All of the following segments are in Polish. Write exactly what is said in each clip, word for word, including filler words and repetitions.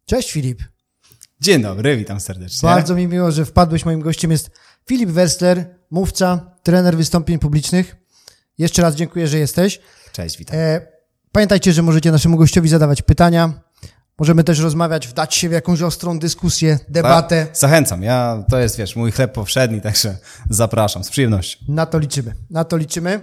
Cześć Filip. Dzień dobry, witam serdecznie. Bardzo mi miło, że wpadłeś. Moim gościem jest Filip Wessler, mówca, trener wystąpień publicznych. Jeszcze raz dziękuję, że jesteś. Cześć, witam. E, pamiętajcie, że możecie naszemu gościowi zadawać pytania. Możemy też rozmawiać, wdać się w jakąś ostrą dyskusję, debatę. Zachęcam, ja, to jest, wiesz, mój chleb powszedni, także zapraszam z przyjemnością. Na to liczymy, na to liczymy.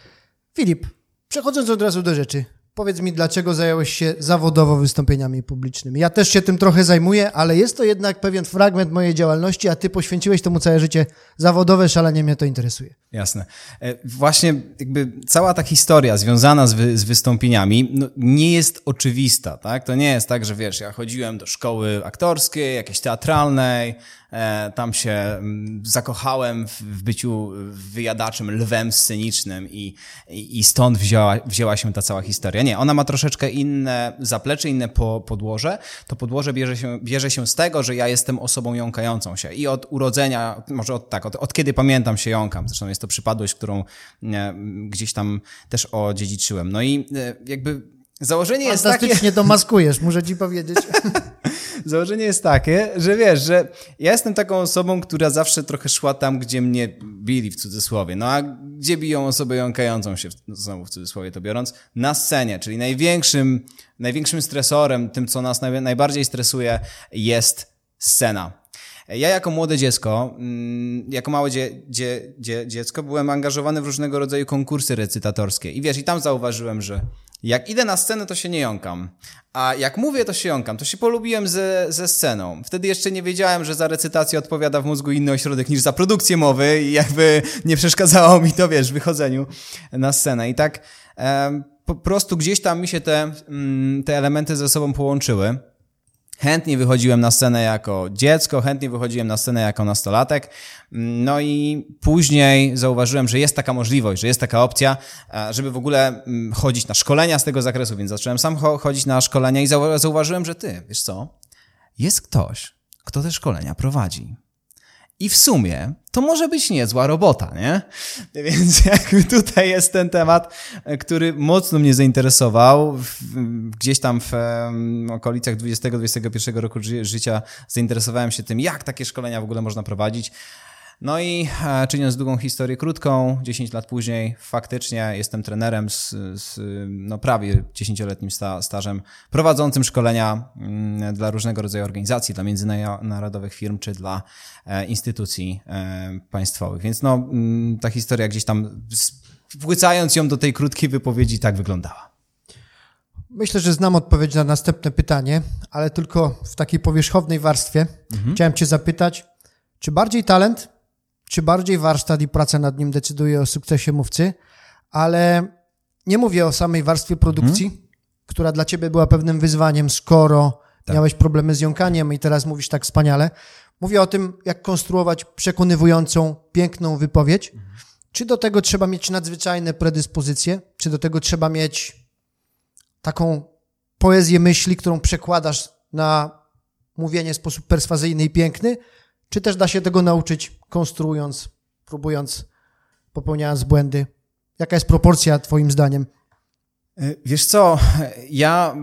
Filip, przechodząc od razu do rzeczy, powiedz mi, dlaczego zająłeś się zawodowo wystąpieniami publicznymi. Ja też się tym trochę zajmuję, ale jest to jednak pewien fragment mojej działalności, a ty poświęciłeś temu całe życie zawodowe, szalenie mnie to interesuje. Jasne. Właśnie jakby cała ta historia związana z, wy, z wystąpieniami no, nie jest oczywista, tak? To nie jest tak, że wiesz, ja chodziłem do szkoły aktorskiej, jakiejś teatralnej, e, tam się m, zakochałem w, w byciu wyjadaczem, lwem scenicznym i, i, i stąd wzięła, wzięła się ta cała historia. Nie, ona ma troszeczkę inne zaplecze, inne po, podłoże. To podłoże bierze się, bierze się z tego, że ja jestem osobą jąkającą się i od urodzenia, może od tak, od, od kiedy pamiętam się jąkam, zresztą jest to przypadłość, którą e, gdzieś tam też odziedziczyłem. No i e, jakby założenie jest takie... Fantastycznie to maskujesz, muszę ci powiedzieć. Założenie jest takie, że wiesz, że ja jestem taką osobą, która zawsze trochę szła tam, gdzie mnie bili, w cudzysłowie. No a gdzie biją osobę jąkającą się, znowu w cudzysłowie to biorąc? Na scenie, czyli największym, największym stresorem, tym, co nas naj, najbardziej stresuje, jest scena. Ja jako młode dziecko, jako małe dzie, dzie, dzie, dziecko byłem angażowany w różnego rodzaju konkursy recytatorskie. I wiesz, i tam zauważyłem, że jak idę na scenę, to się nie jąkam. A jak mówię, to się jąkam. To się polubiłem ze, ze sceną. Wtedy jeszcze nie wiedziałem, że za recytację odpowiada w mózgu inny ośrodek niż za produkcję mowy i jakby nie przeszkadzało mi to, wiesz, w wychodzeniu na scenę. I tak e, po prostu gdzieś tam mi się te, te elementy ze sobą połączyły. Chętnie wychodziłem na scenę jako dziecko, chętnie wychodziłem na scenę jako nastolatek. No i później zauważyłem, że jest taka możliwość, że jest taka opcja, żeby w ogóle chodzić na szkolenia z tego zakresu, więc zacząłem sam chodzić na szkolenia i zauważyłem, że ty, wiesz co, jest ktoś, kto te szkolenia prowadzi. I w sumie to może być niezła robota, nie? Więc jakby tutaj jest ten temat, który mocno mnie zainteresował. Gdzieś tam w okolicach dwudziestego do dwudziestego pierwszego roku życia zainteresowałem się tym, jak takie szkolenia w ogóle można prowadzić. No i czyniąc długą historię krótką, dziesięć lat później faktycznie jestem trenerem z, z no prawie dziesięcioletnim sta, stażem prowadzącym szkolenia mm, dla różnego rodzaju organizacji, dla międzynarodowych firm czy dla e, instytucji e, państwowych. Więc no mm, ta historia gdzieś tam wpłycając ją do tej krótkiej wypowiedzi tak wyglądała. Myślę, że znam odpowiedź na następne pytanie, ale tylko w takiej powierzchownej warstwie. Mhm. Chciałem cię zapytać, czy bardziej talent, czy bardziej warsztat i praca nad nim decyduje o sukcesie mówcy, ale nie mówię o samej warstwie produkcji, hmm. która dla ciebie była pewnym wyzwaniem, skoro tak. miałeś problemy z jąkaniem i teraz mówisz tak wspaniale. Mówię o tym, jak konstruować przekonywującą, piękną wypowiedź. Hmm. Czy do tego trzeba mieć nadzwyczajne predyspozycje, czy do tego trzeba mieć taką poezję myśli, którą przekładasz na mówienie w sposób perswazyjny i piękny, czy też da się tego nauczyć, konstruując, próbując, popełniając błędy? Jaka jest proporcja twoim zdaniem? Wiesz co, ja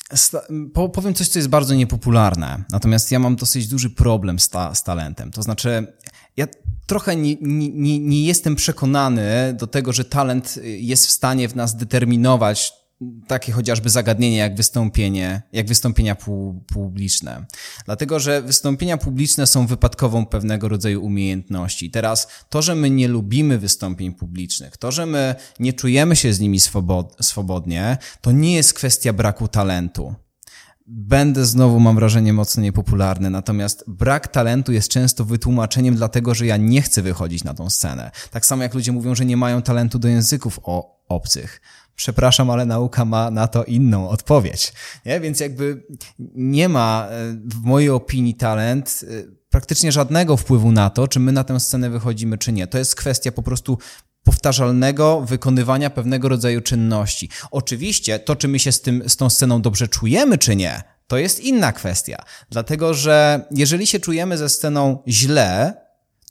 powiem coś, co jest bardzo niepopularne, natomiast ja mam dosyć duży problem z, ta, z talentem. To znaczy, ja trochę nie, nie, nie jestem przekonany do tego, że talent jest w stanie w nas determinować takie chociażby zagadnienie jak wystąpienie, jak wystąpienia publiczne. Dlatego, że wystąpienia publiczne są wypadkową pewnego rodzaju umiejętności. Teraz to, że my nie lubimy wystąpień publicznych, to, że my nie czujemy się z nimi swobodnie, to nie jest kwestia braku talentu. Będę znowu, mam wrażenie, mocno niepopularny, natomiast brak talentu jest często wytłumaczeniem dlatego, że ja nie chcę wychodzić na tą scenę. Tak samo jak ludzie mówią, że nie mają talentu do języków obcych. Przepraszam, ale nauka ma na to inną odpowiedź. Nie? Więc jakby nie ma w mojej opinii talent praktycznie żadnego wpływu na to, czy my na tę scenę wychodzimy, czy nie. To jest kwestia po prostu powtarzalnego wykonywania pewnego rodzaju czynności. Oczywiście to, czy my się z tym, z tą sceną dobrze czujemy, czy nie, to jest inna kwestia. Dlatego, że jeżeli się czujemy ze sceną źle,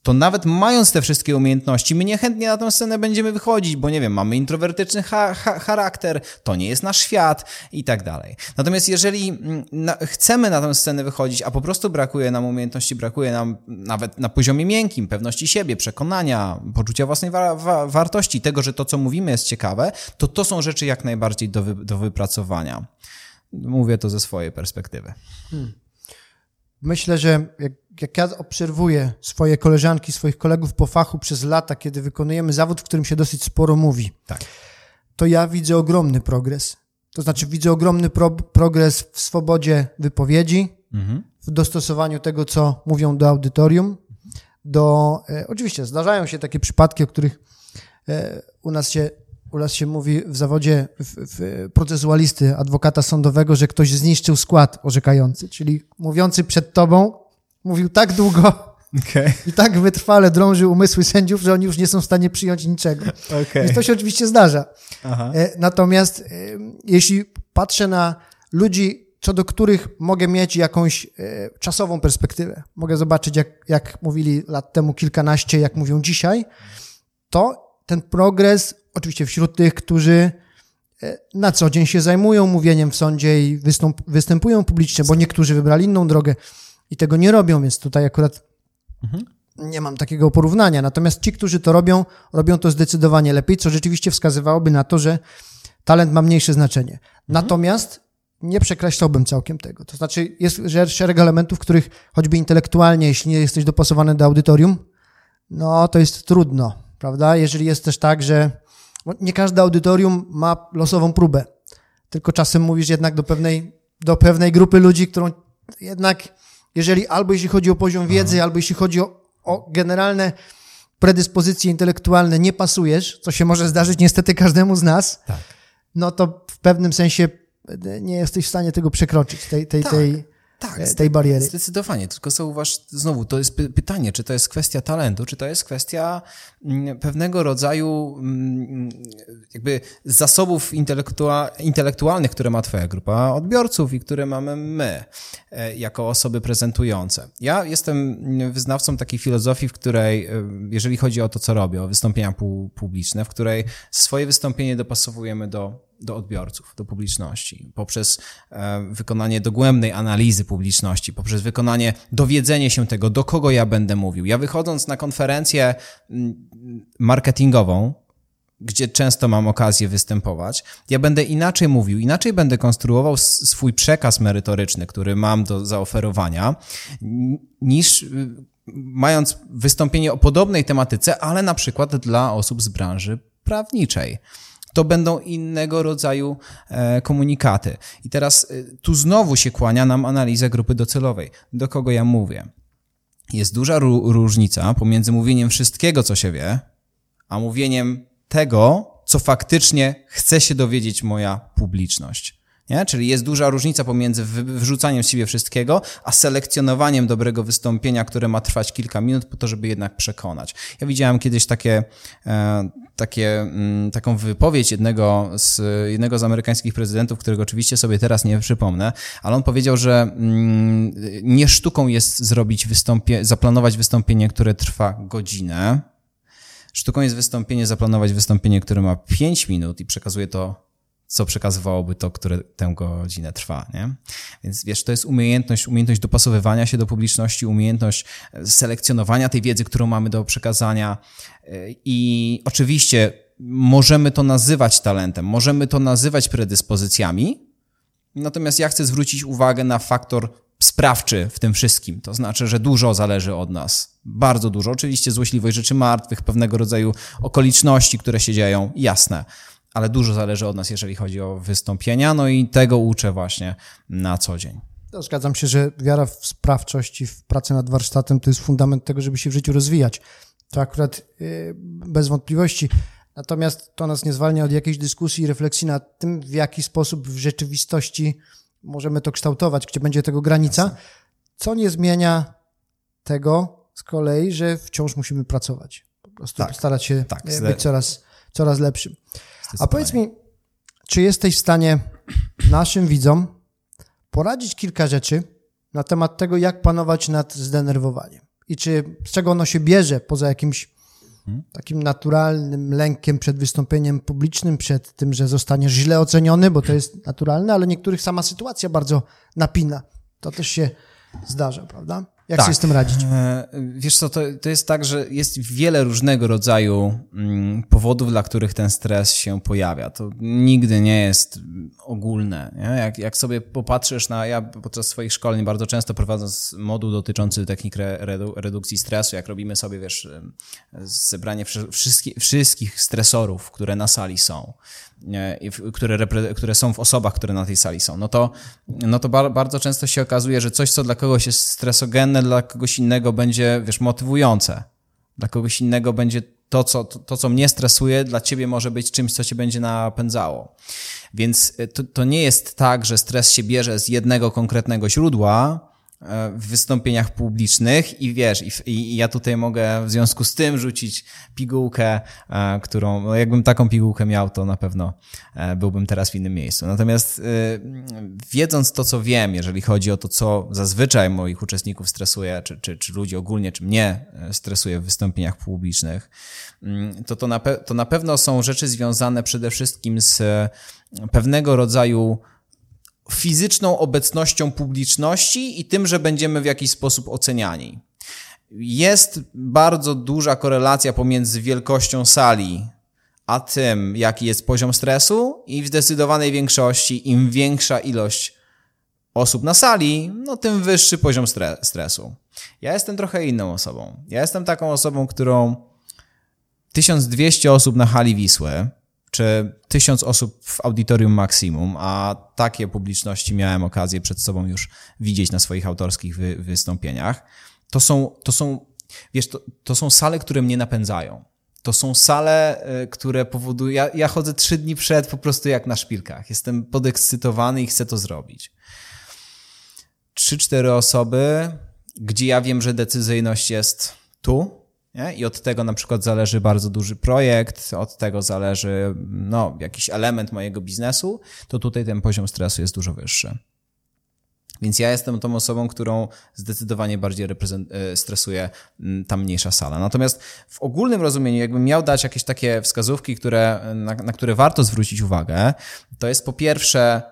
to nawet mając te wszystkie umiejętności, my niechętnie na tę scenę będziemy wychodzić, bo nie wiem, mamy introwertyczny ha- ha- charakter, to nie jest nasz świat i tak dalej. Natomiast jeżeli na, chcemy na tę scenę wychodzić, a po prostu brakuje nam umiejętności, brakuje nam nawet na poziomie miękkim, pewności siebie, przekonania, poczucia własnej wa- wa- wartości, tego, że to, co mówimy jest ciekawe, to to są rzeczy jak najbardziej do, wy- do wypracowania. Mówię to ze swojej perspektywy. Hmm. Myślę, że jak, jak ja obserwuję swoje koleżanki, swoich kolegów po fachu przez lata, kiedy wykonujemy zawód, w którym się dosyć sporo mówi, tak. to ja widzę ogromny progres. To znaczy widzę ogromny pro, progres w swobodzie wypowiedzi, mhm. w dostosowaniu tego, co mówią do audytorium. Do, e, oczywiście zdarzają się takie przypadki, o których e, u nas się U nas się mówi w zawodzie w, w procesualisty, adwokata sądowego, że ktoś zniszczył skład orzekający, czyli mówiący przed tobą mówił tak długo okay. i tak wytrwale drążył umysły sędziów, że oni już nie są w stanie przyjąć niczego. Okay. Więc to się oczywiście zdarza. Aha. Natomiast jeśli patrzę na ludzi, co do których mogę mieć jakąś czasową perspektywę, mogę zobaczyć, jak, jak mówili lat temu kilkanaście, jak mówią dzisiaj, to ten progres, oczywiście wśród tych, którzy na co dzień się zajmują mówieniem w sądzie i wystąp, występują publicznie, bo niektórzy wybrali inną drogę i tego nie robią, więc tutaj akurat mhm. nie mam takiego porównania. Natomiast ci, którzy to robią, robią to zdecydowanie lepiej, co rzeczywiście wskazywałoby na to, że talent ma mniejsze znaczenie. Mhm. Natomiast nie przekreślałbym całkiem tego. To znaczy jest szereg elementów, których choćby intelektualnie, jeśli nie jesteś dopasowany do audytorium, no to jest trudno. Prawda? Jeżeli jest też tak, że nie każde audytorium ma losową próbę, tylko czasem mówisz jednak do pewnej, do pewnej grupy ludzi, którą jednak, jeżeli albo jeśli chodzi o poziom wiedzy, Aha. albo jeśli chodzi o, o generalne predyspozycje intelektualne, nie pasujesz, co się może zdarzyć niestety każdemu z nas, tak. no to w pewnym sensie nie jesteś w stanie tego przekroczyć, tej, tej, tak. tej Tak, tej bariery. Zdecydowanie, tylko zauważ, znowu, to jest pytanie, czy to jest kwestia talentu, czy to jest kwestia pewnego rodzaju jakby zasobów intelektua- intelektualnych, które ma twoja grupa odbiorców i które mamy my, jako osoby prezentujące. Ja jestem wyznawcą takiej filozofii, w której, jeżeli chodzi o to, co robię, o wystąpienia publiczne, w której swoje wystąpienie dopasowujemy do do odbiorców, do publiczności, poprzez e, wykonanie dogłębnej analizy publiczności, poprzez wykonanie, dowiedzenie się tego, do kogo ja będę mówił. Ja wychodząc na konferencję marketingową, gdzie często mam okazję występować, ja będę inaczej mówił, inaczej będę konstruował swój przekaz merytoryczny, który mam do zaoferowania, niż mając wystąpienie o podobnej tematyce, ale na przykład dla osób z branży prawniczej. To będą innego rodzaju e, komunikaty. I teraz e, tu znowu się kłania nam analiza grupy docelowej. Do kogo ja mówię? Jest duża ró- różnica pomiędzy mówieniem wszystkiego, co się wie, a mówieniem tego, co faktycznie chce się dowiedzieć moja publiczność. Nie? Czyli jest duża różnica pomiędzy wyrzucaniem z siebie wszystkiego, a selekcjonowaniem dobrego wystąpienia, które ma trwać kilka minut po to, żeby jednak przekonać. Ja widziałem kiedyś takie, e, takie, m, taką wypowiedź jednego z, jednego z amerykańskich prezydentów, którego oczywiście sobie teraz nie przypomnę, ale on powiedział, że m, nie sztuką jest zrobić wystąpie, zaplanować wystąpienie, które trwa godzinę. Sztuką jest wystąpienie, zaplanować wystąpienie, które ma pięć minut i przekazuje to, co przekazywałoby to, które tę godzinę trwa, nie? Więc wiesz, to jest umiejętność, umiejętność dopasowywania się do publiczności, umiejętność selekcjonowania tej wiedzy, którą mamy do przekazania i oczywiście możemy to nazywać talentem, możemy to nazywać predyspozycjami, natomiast ja chcę zwrócić uwagę na faktor sprawczy w tym wszystkim. To znaczy, że dużo zależy od nas. Bardzo dużo. Oczywiście złośliwość rzeczy martwych, pewnego rodzaju okoliczności, które się dzieją, jasne. Ale dużo zależy od nas, jeżeli chodzi o wystąpienia, no i tego uczę właśnie na co dzień. To zgadzam się, że wiara w sprawczość i w pracę nad warsztatem to jest fundament tego, żeby się w życiu rozwijać. To akurat yy, bez wątpliwości. Natomiast to nas nie zwalnia od jakiejś dyskusji i refleksji nad tym, w jaki sposób w rzeczywistości możemy to kształtować, gdzie będzie tego granica, Jasne. Co nie zmienia tego z kolei, że wciąż musimy pracować. Po prostu tak, starać się tak, być zle... coraz, coraz lepszym. A powiedz mi, czy jesteś w stanie naszym widzom poradzić kilka rzeczy na temat tego, jak panować nad zdenerwowaniem? i czy z czego ono się bierze, poza jakimś hmm? takim naturalnym lękiem przed wystąpieniem publicznym, przed tym, że zostaniesz źle oceniony, bo to jest naturalne, ale niektórych sama sytuacja bardzo napina. To też się zdarza, prawda? Jak tak. sobie z tym radzić? Wiesz co, to, to jest tak, że jest wiele różnego rodzaju mm, powodów, dla których ten stres się pojawia. To nigdy nie jest ogólne. Nie? Jak, jak sobie popatrzysz na... Ja podczas swoich szkoleń bardzo często prowadząc moduł dotyczący technik redu, redukcji stresu, jak robimy sobie, wiesz, zebranie wszystkich, wszystkich stresorów, które na sali są, które, które są w osobach, które na tej sali są, no to, no to bar, bardzo często się okazuje, że coś, co dla kogoś jest stresogenne, dla kogoś innego będzie, wiesz, motywujące. Dla kogoś innego będzie to, co, to, to, co mnie stresuje, dla ciebie może być czymś, co cię będzie napędzało. Więc to, to nie jest tak, że stres się bierze z jednego konkretnego źródła w wystąpieniach publicznych i wiesz, i, i ja tutaj mogę w związku z tym rzucić pigułkę, którą, no jakbym taką pigułkę miał, to na pewno byłbym teraz w innym miejscu. Natomiast wiedząc to, co wiem, jeżeli chodzi o to, co zazwyczaj moich uczestników stresuje, czy, czy, czy ludzi ogólnie, czy mnie stresuje w wystąpieniach publicznych, to to na, pe- to na pewno są rzeczy związane przede wszystkim z pewnego rodzaju fizyczną obecnością publiczności i tym, że będziemy w jakiś sposób oceniani. Jest bardzo duża korelacja pomiędzy wielkością sali a tym, jaki jest poziom stresu i w zdecydowanej większości im większa ilość osób na sali, no tym wyższy poziom stre- stresu. Ja jestem trochę inną osobą. Ja jestem taką osobą, którą tysiąc dwieście osób na hali Wisły, czy tysiąc osób w audytorium maksimum, a takie publiczności miałem okazję przed sobą już widzieć na swoich autorskich wy, wystąpieniach, to są, to są, wiesz, to, to są sale, które mnie napędzają. To są sale, które powodują, ja, ja chodzę trzy dni przed po prostu jak na szpilkach. Jestem podekscytowany i chcę to zrobić. Trzy, cztery osoby, gdzie ja wiem, że decyzyjność jest tu, nie? I od tego na przykład zależy bardzo duży projekt, od tego zależy no, jakiś element mojego biznesu, to tutaj ten poziom stresu jest dużo wyższy. Więc ja jestem tą osobą, którą zdecydowanie bardziej reprezent- stresuje ta mniejsza sala. Natomiast w ogólnym rozumieniu, jakbym miał dać jakieś takie wskazówki, które, na, na które warto zwrócić uwagę, to jest po pierwsze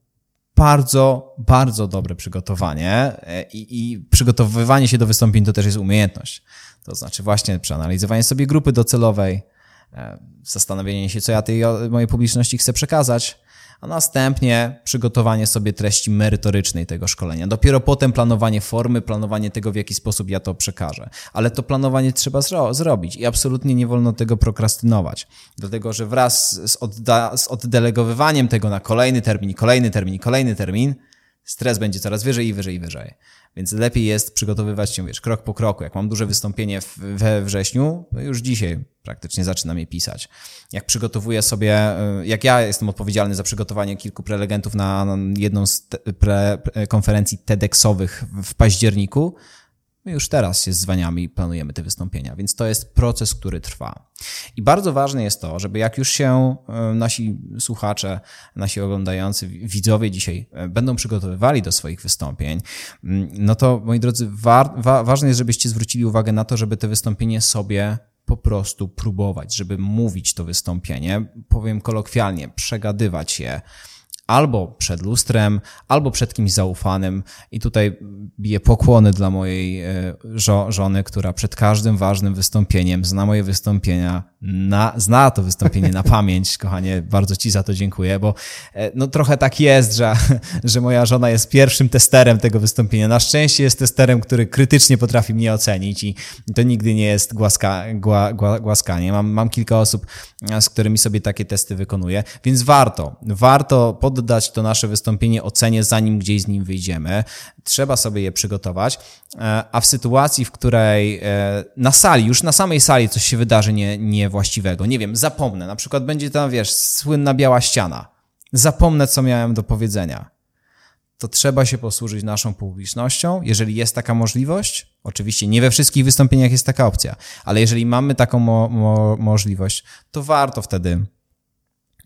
bardzo, bardzo dobre przygotowanie i, i przygotowywanie się do wystąpień to też jest umiejętność. To znaczy właśnie przeanalizowanie sobie grupy docelowej, zastanowienie się, co ja tej mojej publiczności chcę przekazać, a następnie przygotowanie sobie treści merytorycznej tego szkolenia. Dopiero potem planowanie formy, planowanie tego, w jaki sposób ja to przekażę. Ale to planowanie trzeba zro- zrobić i absolutnie nie wolno tego prokrastynować. Dlatego, że wraz z, odda- z oddelegowywaniem tego na kolejny termin, kolejny termin, kolejny termin, stres będzie coraz wyżej i wyżej i wyżej. Więc lepiej jest przygotowywać się, wiesz, krok po kroku. Jak mam duże wystąpienie we wrześniu, to już dzisiaj praktycznie zaczynam je pisać. Jak przygotowuję sobie, jak ja jestem odpowiedzialny za przygotowanie kilku prelegentów na jedną z te, pre, konferencji TEDxowych w październiku, my już teraz się zwaniamy i planujemy te wystąpienia, więc to jest proces, który trwa. I bardzo ważne jest to, żeby jak już się nasi słuchacze, nasi oglądający, widzowie dzisiaj będą przygotowywali do swoich wystąpień, no to moi drodzy, wa- wa- ważne jest, żebyście zwrócili uwagę na to, żeby te wystąpienie sobie po prostu próbować, żeby mówić to wystąpienie, powiem kolokwialnie, przegadywać je, albo przed lustrem, albo przed kimś zaufanym. I tutaj biję pokłony dla mojej żo- żony, która przed każdym ważnym wystąpieniem zna moje wystąpienia, na, zna to wystąpienie na pamięć. Kochanie, bardzo ci za to dziękuję, bo no trochę tak jest, że, że moja żona jest pierwszym testerem tego wystąpienia. Na szczęście jest testerem, który krytycznie potrafi mnie ocenić i to nigdy nie jest głaska, gła, gła, głaskanie. Mam, mam kilka osób, z którymi sobie takie testy wykonuję, więc warto, warto pod dać to nasze wystąpienie ocenie, zanim gdzieś z nim wyjdziemy. Trzeba sobie je przygotować, a w sytuacji, w której na sali, już na samej sali coś się wydarzy nie, niewłaściwego, nie wiem, zapomnę, na przykład będzie tam, wiesz, słynna biała ściana, zapomnę, co miałem do powiedzenia, to trzeba się posłużyć naszą publicznością, jeżeli jest taka możliwość. Oczywiście nie we wszystkich wystąpieniach jest taka opcja, ale jeżeli mamy taką mo- mo- możliwość, to warto wtedy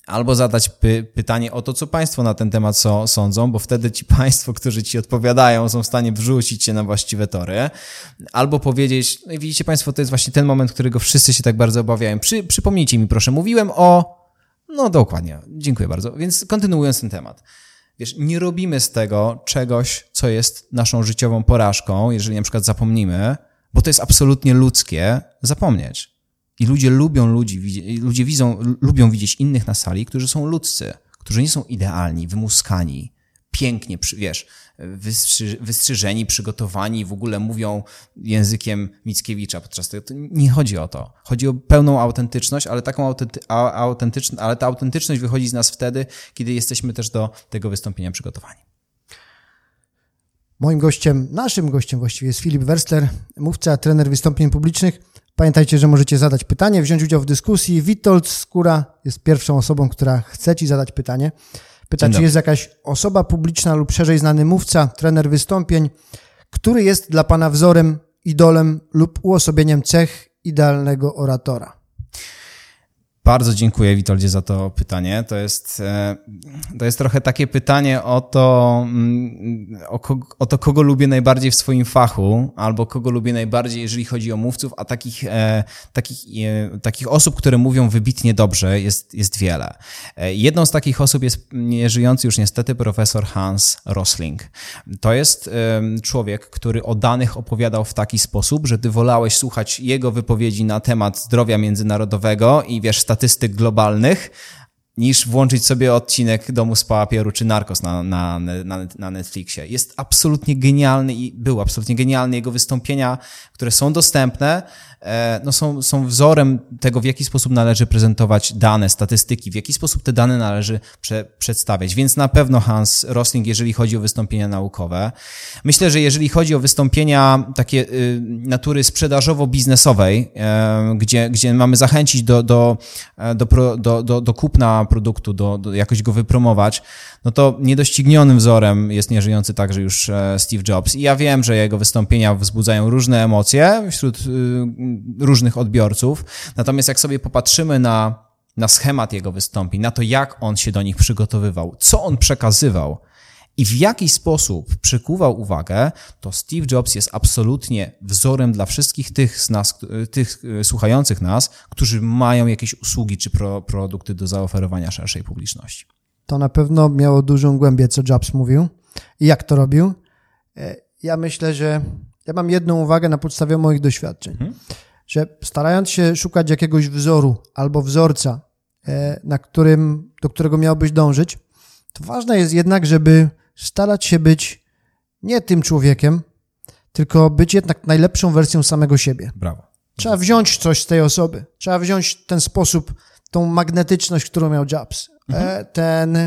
albo zadać py- pytanie o to, co państwo na ten temat so, sądzą, bo wtedy ci państwo, którzy ci odpowiadają, są w stanie wrzucić cię na właściwe tory, albo powiedzieć, no i widzicie państwo, to jest właśnie ten moment, którego wszyscy się tak bardzo obawiają. Przy, przypomnijcie mi proszę, mówiłem o... No dokładnie, dziękuję bardzo. Więc kontynuując ten temat. Wiesz, nie robimy z tego czegoś, co jest naszą życiową porażką, jeżeli na przykład zapomnimy, bo to jest absolutnie ludzkie zapomnieć. I ludzie lubią ludzi, ludzie widzą, lubią widzieć innych na sali, którzy są ludzcy, którzy nie są idealni, wymuskani, pięknie, wiesz, wystrzy, wystrzyżeni, przygotowani, w ogóle mówią językiem Mickiewicza podczas tego. To nie chodzi o to. Chodzi o pełną autentyczność, ale taką autenty, autentyczność, ale ta autentyczność wychodzi z nas wtedy, kiedy jesteśmy też do tego wystąpienia przygotowani. Moim gościem, naszym gościem właściwie jest Filip Wersler, mówca, trener wystąpień publicznych. Pamiętajcie, że możecie zadać pytanie, wziąć udział w dyskusji. Witold Skóra jest pierwszą osobą, która chce ci zadać pytanie. Pyta, czy jest jakaś osoba publiczna lub szerzej znany mówca, trener wystąpień, który jest dla pana wzorem, idolem lub uosobieniem cech idealnego oratora? Bardzo dziękuję, Witoldzie, za to pytanie. To jest, to jest trochę takie pytanie o to, o, kogo, o to, kogo lubię najbardziej w swoim fachu, albo kogo lubię najbardziej, jeżeli chodzi o mówców, a takich, takich, takich osób, które mówią wybitnie dobrze, jest, jest wiele. Jedną z takich osób jest nieżyjący już niestety profesor Hans Rosling. To jest człowiek, który o danych opowiadał w taki sposób, że ty wolałeś słuchać jego wypowiedzi na temat zdrowia międzynarodowego i wiesz, statystyk globalnych, niż włączyć sobie odcinek Domu z papieru czy Narcos na, na, na, na Netflixie. Jest absolutnie genialny i był absolutnie genialny. Jego wystąpienia, które są dostępne, no są, są wzorem tego, w jaki sposób należy prezentować dane, statystyki, w jaki sposób te dane należy prze, przedstawiać. Więc na pewno Hans Rosling, jeżeli chodzi o wystąpienia naukowe. Myślę, że jeżeli chodzi o wystąpienia takie y, natury sprzedażowo-biznesowej, y, gdzie, gdzie mamy zachęcić do, do, do, do, do, do kupna produktu, do, do jakoś go wypromować, no to niedoścignionym wzorem jest nieżyjący także już Steve Jobs. I ja wiem, że jego wystąpienia wzbudzają różne emocje wśród y, różnych odbiorców. Natomiast jak sobie popatrzymy na, na schemat jego wystąpień, na to, jak on się do nich przygotowywał, co on przekazywał i w jaki sposób przykuwał uwagę, to Steve Jobs jest absolutnie wzorem dla wszystkich tych z nas, tych słuchających nas, którzy mają jakieś usługi czy pro, produkty do zaoferowania szerszej publiczności. To na pewno miało dużą głębię, co Jobs mówił i jak to robił. Ja myślę, że ja mam jedną uwagę na podstawie moich doświadczeń, hmm? że starając się szukać jakiegoś wzoru albo wzorca, na którym, do którego miałbyś dążyć, to ważne jest jednak, żeby starać się być nie tym człowiekiem, tylko być jednak najlepszą wersją samego siebie. Brawo. Trzeba wziąć coś z tej osoby. Trzeba wziąć ten sposób, tą magnetyczność, którą miał Jobs. Mhm. Ten,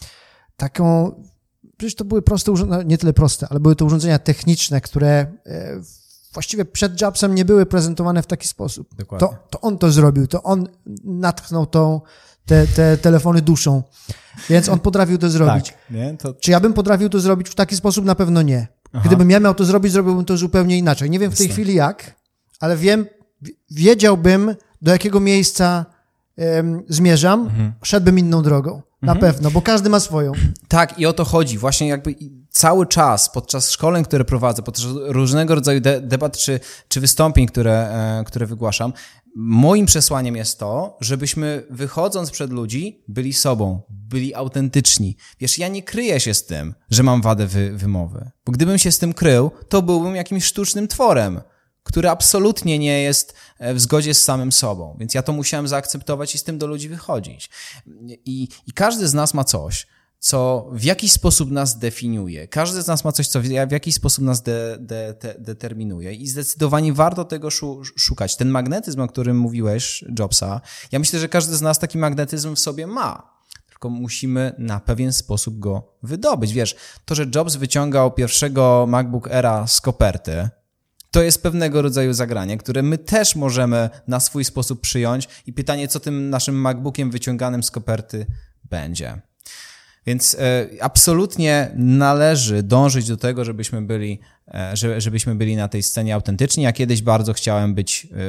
taką, przecież to były proste urządzenia, nie tyle proste, ale były to urządzenia techniczne, które właściwie przed Jobsem nie były prezentowane w taki sposób. Dokładnie. To, to on to zrobił, to on natchnął tą, te, te telefony duszą, więc on potrafił to zrobić. Tak, nie? To... Czy ja bym potrafił to zrobić w taki sposób? Na pewno nie. Aha. Gdybym ja miał to zrobić, zrobiłbym to zupełnie inaczej. Nie wiem w tej chwili jak, ale wiem, wiedziałbym, do jakiego miejsca um, zmierzam, mhm. szedłbym inną drogą. Na mhm. pewno, bo każdy ma swoją. Tak, i o to chodzi. Właśnie jakby cały czas podczas szkoleń, które prowadzę, podczas różnego rodzaju de- debat czy, czy wystąpień, które, e, które wygłaszam, moim przesłaniem jest to, żebyśmy wychodząc przed ludzi byli sobą, byli autentyczni. Wiesz, ja nie kryję się z tym, że mam wadę wy- wymowy, bo gdybym się z tym krył, to byłbym jakimś sztucznym tworem, który absolutnie nie jest w zgodzie z samym sobą. Więc ja to musiałem zaakceptować i z tym do ludzi wychodzić. I, i każdy z nas ma coś, co w jakiś sposób nas definiuje. Każdy z nas ma coś, co w, w jakiś sposób nas de, de, de, determinuje. I zdecydowanie warto tego szu, szukać. Ten magnetyzm, o którym mówiłeś, Jobsa, ja myślę, że każdy z nas taki magnetyzm w sobie ma. Tylko musimy na pewien sposób go wydobyć. Wiesz, to, że Jobs wyciągał pierwszego MacBook Aira z koperty, to jest pewnego rodzaju zagranie, które my też możemy na swój sposób przyjąć i pytanie, co tym naszym MacBookiem wyciąganym z koperty będzie. Więc e, absolutnie należy dążyć do tego, żebyśmy byli, e, że, żebyśmy byli na tej scenie autentyczni. Ja kiedyś bardzo chciałem być, e,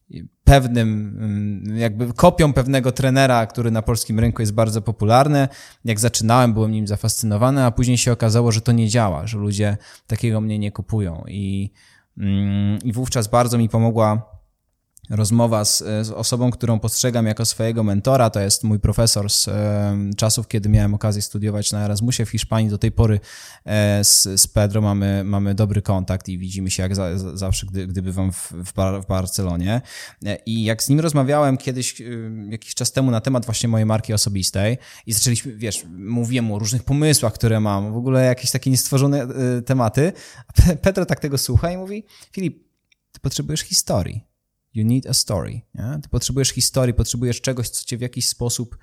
pewnym, jakby kopią pewnego trenera, który na polskim rynku jest bardzo popularny. Jak zaczynałem, byłem nim zafascynowany, a później się okazało, że to nie działa, że ludzie takiego mnie nie kupują. I, i wówczas bardzo mi pomogła rozmowa z, z osobą, którą postrzegam jako swojego mentora. To jest mój profesor z e, czasów, kiedy miałem okazję studiować na Erasmusie w Hiszpanii. Do tej pory e, z, z Pedro mamy, mamy dobry kontakt i widzimy się jak za, za, zawsze, gdy, gdy bywam w, w, Bar, w Barcelonie. E, I jak z nim rozmawiałem kiedyś, e, jakiś czas temu na temat właśnie mojej marki osobistej i zaczęliśmy, wiesz, mówiłem mu o różnych pomysłach, które mam, w ogóle jakieś takie niestworzone e, tematy. A Pedro tak tego słucha i mówi: Filip, ty potrzebujesz historii. You need a story. Nie? Ty potrzebujesz historii, potrzebujesz czegoś, co cię w jakiś sposób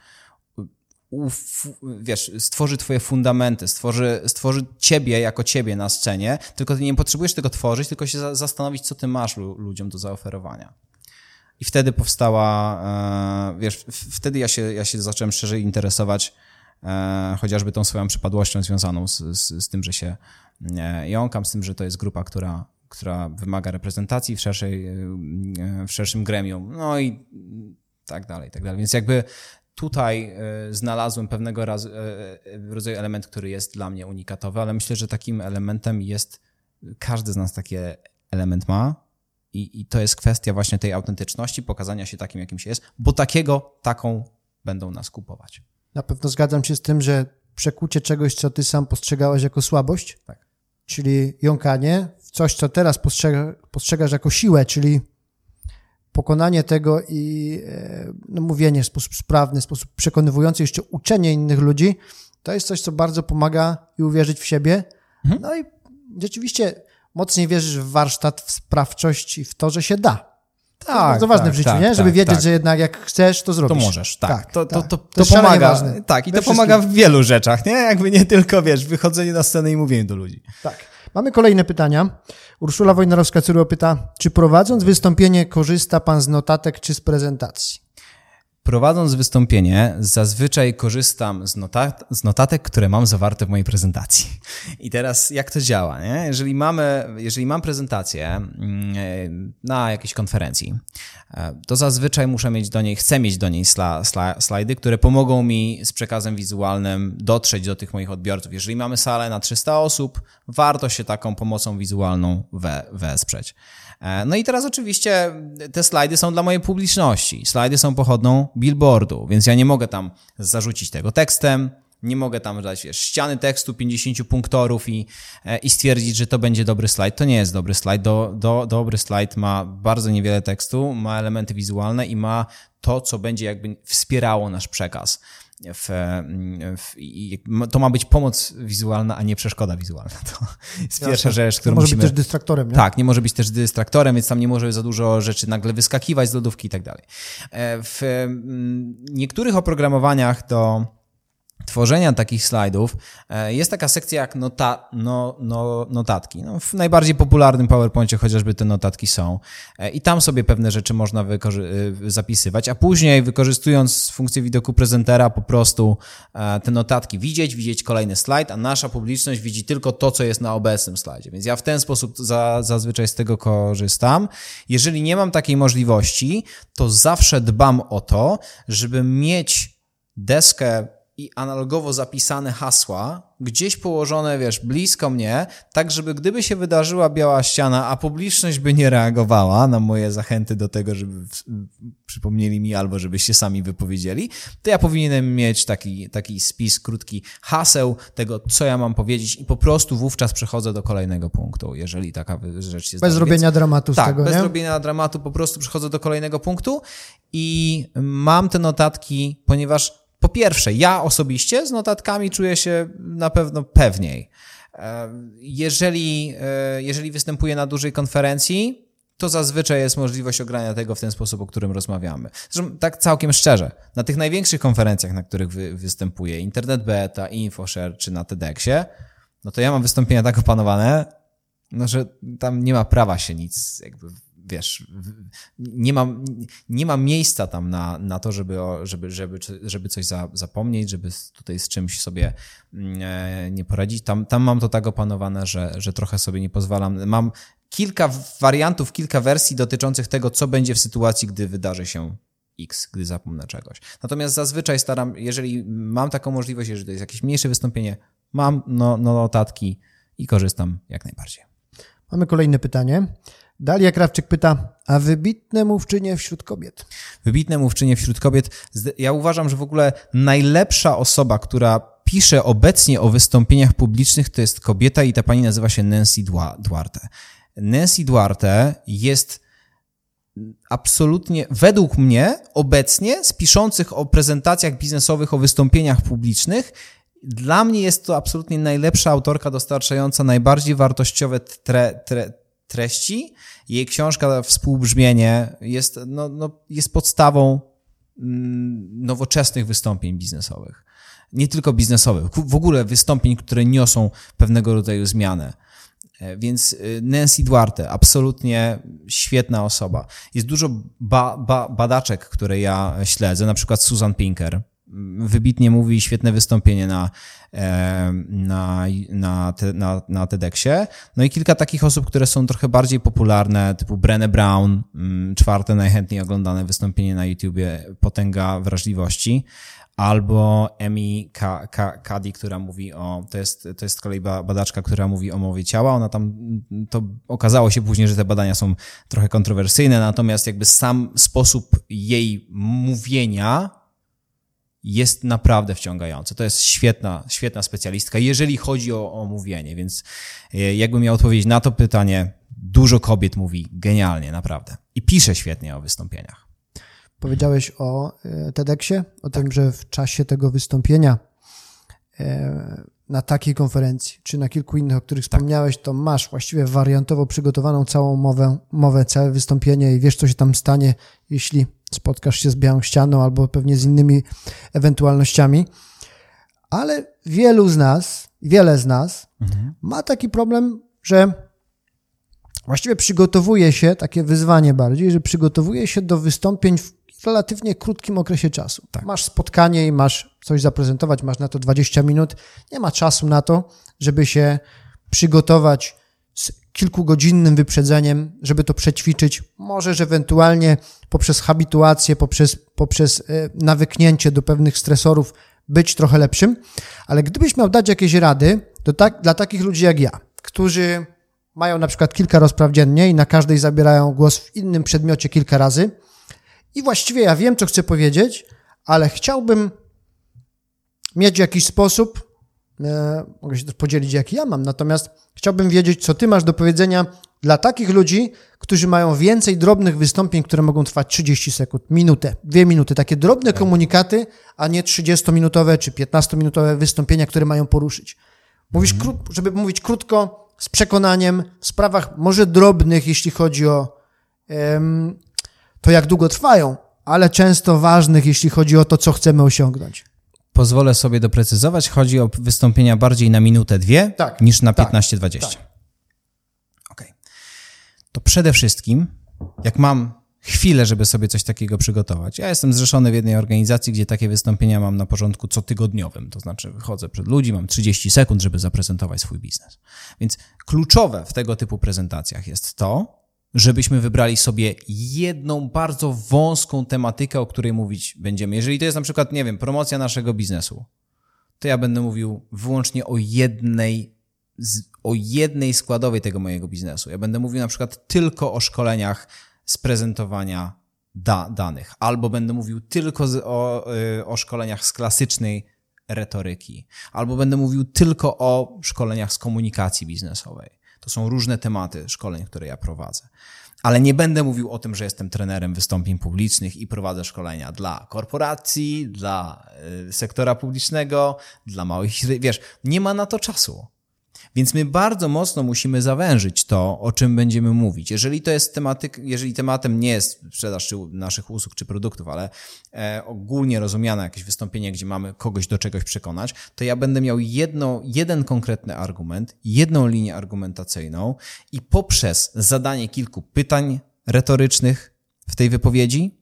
uf, wiesz, stworzy twoje fundamenty, stworzy, stworzy ciebie jako ciebie na scenie, tylko ty nie potrzebujesz tego tworzyć, tylko się za, zastanowić, co ty masz lu, ludziom do zaoferowania. I wtedy powstała, e, wiesz, w, wtedy ja się, ja się zacząłem szerzej interesować e, chociażby tą swoją przypadłością związaną z, z, z tym, że się e, jąkam, z tym, że to jest grupa, która która wymaga reprezentacji w, szerszej, w szerszym gremium, no i tak dalej, i tak dalej. Więc jakby tutaj znalazłem pewnego rodzaju element, który jest dla mnie unikatowy, ale myślę, że takim elementem jest, każdy z nas taki element ma i, i to jest kwestia właśnie tej autentyczności, pokazania się takim, jakim się jest, bo takiego, taką będą nas kupować. Na pewno zgadzam się z tym, że przekucie czegoś, co ty sam postrzegałeś jako słabość, tak. Czyli jąkanie, coś, co teraz postrzega, postrzegasz jako siłę, czyli pokonanie tego i no, mówienie w sposób sprawny, w sposób przekonywujący, jeszcze uczenie innych ludzi, to jest coś, co bardzo pomaga i uwierzyć w siebie. Mhm. No i rzeczywiście mocniej wierzysz w warsztat, w sprawczość i w to, że się da. To tak, jest bardzo ważne tak, w życiu, tak, nie? Żeby tak, wiedzieć, tak. że jednak jak chcesz, to zrobisz. To możesz, tak. tak to, to, to, to, to, to pomaga. Ważne. Tak, i to pomaga w wielu rzeczach, nie? Jakby nie tylko, wiesz, wychodzenie na scenę i mówienie do ludzi. Tak. Mamy kolejne pytania. Urszula Wojnarowska-Cyrło pyta, czy prowadząc wystąpienie korzysta pan z notatek czy z prezentacji? Prowadząc wystąpienie, zazwyczaj korzystam z, notat- z notatek, które mam zawarte w mojej prezentacji. I teraz jak to działa, nie? Jeżeli mamy, jeżeli mam prezentację na jakiejś konferencji, to zazwyczaj muszę mieć do niej, chcę mieć do niej sla, sla, slajdy, które pomogą mi z przekazem wizualnym dotrzeć do tych moich odbiorców. Jeżeli mamy salę na trzysta osób, warto się taką pomocą wizualną we, wesprzeć. No i teraz oczywiście te slajdy są dla mojej publiczności. Slajdy są pochodną billboardu, więc ja nie mogę tam zarzucić tego tekstem, nie mogę tam dać, wiesz, ściany tekstu pięćdziesięciu punktorów i, i stwierdzić, że to będzie dobry slajd. To nie jest dobry slajd. Do, do, dobry slajd ma bardzo niewiele tekstu, ma elementy wizualne i ma to, co będzie jakby wspierało nasz przekaz. W, w, i to ma być pomoc wizualna, a nie przeszkoda wizualna. To jest pierwsza Jasne. rzecz, którą nie może musimy... być też dystraktorem, nie? Tak, nie może być też dystraktorem, więc tam nie może za dużo rzeczy nagle wyskakiwać z lodówki i tak dalej. W niektórych oprogramowaniach do tworzenia takich slajdów jest taka sekcja jak nota, no, no, notatki. No, w najbardziej popularnym PowerPoincie chociażby te notatki są i tam sobie pewne rzeczy można wykorzy- zapisywać, a później wykorzystując funkcję widoku prezentera po prostu te notatki widzieć, widzieć kolejny slajd, a nasza publiczność widzi tylko to, co jest na obecnym slajdzie. Więc ja w ten sposób za, zazwyczaj z tego korzystam. Jeżeli nie mam takiej możliwości, to zawsze dbam o to, żeby mieć deskę i analogowo zapisane hasła, gdzieś położone, wiesz, blisko mnie, tak żeby gdyby się wydarzyła biała ściana, a publiczność by nie reagowała na moje zachęty do tego, żeby w, przypomnieli mi albo żebyście sami wypowiedzieli, to ja powinienem mieć taki, taki spis krótki haseł tego, co ja mam powiedzieć i po prostu wówczas przechodzę do kolejnego punktu, jeżeli taka rzecz jest. Bez robienia Więc, dramatu z tak, tego, bez nie? robienia dramatu po prostu przechodzę do kolejnego punktu i mam te notatki, ponieważ po pierwsze, ja osobiście z notatkami czuję się na pewno pewniej. Jeżeli, jeżeli występuję na dużej konferencji, to zazwyczaj jest możliwość ogrania tego w ten sposób, o którym rozmawiamy. Zresztą tak całkiem szczerze, na tych największych konferencjach, na których wy, występuję, Internet Beta, InfoShare czy na TEDxie, no to ja mam wystąpienia tak opanowane, no że tam nie ma prawa się nic jakby... Wiesz, nie ma, nie ma miejsca tam na, na to, żeby, żeby, żeby, żeby coś za, zapomnieć, żeby tutaj z czymś sobie nie poradzić. Tam, tam mam to tak opanowane, że, że trochę sobie nie pozwalam. Mam kilka wariantów, kilka wersji dotyczących tego, co będzie w sytuacji, gdy wydarzy się X, gdy zapomnę czegoś. Natomiast zazwyczaj staram, jeżeli mam taką możliwość, jeżeli to jest jakieś mniejsze wystąpienie, mam no, no notatki i korzystam jak najbardziej. Mamy kolejne pytanie. Dalia Krawczyk pyta, a wybitne mówczynie wśród kobiet? Wybitne mówczynie wśród kobiet. Ja uważam, że w ogóle najlepsza osoba, która pisze obecnie o wystąpieniach publicznych, to jest kobieta i ta pani nazywa się Nancy Duarte. Nancy Duarte jest absolutnie, według mnie, obecnie z piszących o prezentacjach biznesowych, o wystąpieniach publicznych, dla mnie jest to absolutnie najlepsza autorka dostarczająca najbardziej wartościowe tre, tre, treści. Jej książka Współbrzmienie jest, no, no, jest podstawą nowoczesnych wystąpień biznesowych. Nie tylko biznesowych, w ogóle wystąpień, które niosą pewnego rodzaju zmianę. Więc Nancy Duarte, absolutnie świetna osoba. Jest dużo ba, ba, badaczek, które ja śledzę, na przykład Susan Pinker. Wybitnie mówi, świetne wystąpienie na, na, na, na, na TEDxie. No i kilka takich osób, które są trochę bardziej popularne, typu Brené Brown, czwarte najchętniej oglądane wystąpienie na YouTubie, Potęga Wrażliwości. Albo Amy Cuddy, która mówi o, to jest, to jest z kolei badaczka, która mówi o mowie ciała. Ona tam, to okazało się później, że te badania są trochę kontrowersyjne, natomiast jakby sam sposób jej mówienia jest naprawdę wciągający. To jest świetna, świetna specjalistka, jeżeli chodzi o, o mówienie, więc jakbym miał odpowiedzieć na to pytanie, dużo kobiet mówi genialnie, naprawdę. I pisze świetnie o wystąpieniach. Powiedziałeś o TEDxie, o tak. tym, że w czasie tego wystąpienia na takiej konferencji, czy na kilku innych, o których wspomniałeś, to masz właściwie wariantowo przygotowaną całą mowę, mowę, całe wystąpienie i wiesz, co się tam stanie, jeśli spotkasz się z białą ścianą albo pewnie z innymi ewentualnościami. Ale wielu z nas, wiele z nas mhm. ma taki problem, że właściwie przygotowuje się, takie wyzwanie bardziej, że przygotowuje się do wystąpień w relatywnie krótkim okresie czasu. Tak. Masz spotkanie i masz coś zaprezentować, masz na to dwadzieścia minut, nie ma czasu na to, żeby się przygotować z kilkugodzinnym wyprzedzeniem, żeby to przećwiczyć. Możesz ewentualnie poprzez habituację, poprzez, poprzez nawyknięcie do pewnych stresorów być trochę lepszym, ale gdybyś miał dać jakieś rady, to tak, dla takich ludzi jak ja, którzy mają na przykład kilka rozpraw dziennie i na każdej zabierają głos w innym przedmiocie kilka razy, i właściwie ja wiem, co chcę powiedzieć, ale chciałbym mieć jakiś sposób, e, mogę się też podzielić, jaki ja mam, natomiast chciałbym wiedzieć, co ty masz do powiedzenia dla takich ludzi, którzy mają więcej drobnych wystąpień, które mogą trwać trzydzieści sekund, minutę, dwie minuty, takie drobne komunikaty, a nie trzydziestominutowe czy piętnastominutowe wystąpienia, które mają poruszyć. Mówisz, mhm. krót, żeby mówić krótko, z przekonaniem, w sprawach może drobnych, jeśli chodzi o em, to, jak długo trwają, ale często ważnych, jeśli chodzi o to, co chcemy osiągnąć. Pozwolę sobie doprecyzować, chodzi o wystąpienia bardziej na minutę, dwie, tak, niż na piętnaście dwadzieścia. Tak. Okej. Okay. To przede wszystkim, jak mam chwilę, żeby sobie coś takiego przygotować. Ja jestem zrzeszony w jednej organizacji, gdzie takie wystąpienia mam na porządku cotygodniowym, to znaczy wychodzę przed ludzi, mam trzydzieści sekund, żeby zaprezentować swój biznes. Więc kluczowe w tego typu prezentacjach jest to, żebyśmy wybrali sobie jedną bardzo wąską tematykę, o której mówić będziemy. Jeżeli to jest na przykład, nie wiem, promocja naszego biznesu, to ja będę mówił wyłącznie o jednej, o jednej składowej tego mojego biznesu. Ja będę mówił na przykład tylko o szkoleniach z prezentowania da, danych, albo będę mówił tylko z, o, o szkoleniach z klasycznej retoryki, albo będę mówił tylko o szkoleniach z komunikacji biznesowej. To są różne tematy szkoleń, które ja prowadzę. Ale nie będę mówił o tym, że jestem trenerem wystąpień publicznych i prowadzę szkolenia dla korporacji, dla y, sektora publicznego, dla małych, wiesz, nie ma na to czasu. Więc my bardzo mocno musimy zawężyć to, o czym będziemy mówić. Jeżeli to jest tematyk, jeżeli tematem nie jest sprzedaż czy naszych usług czy produktów, ale e, ogólnie rozumiane jakieś wystąpienie, gdzie mamy kogoś do czegoś przekonać, to ja będę miał jedno, jeden konkretny argument, jedną linię argumentacyjną i poprzez zadanie kilku pytań retorycznych w tej wypowiedzi,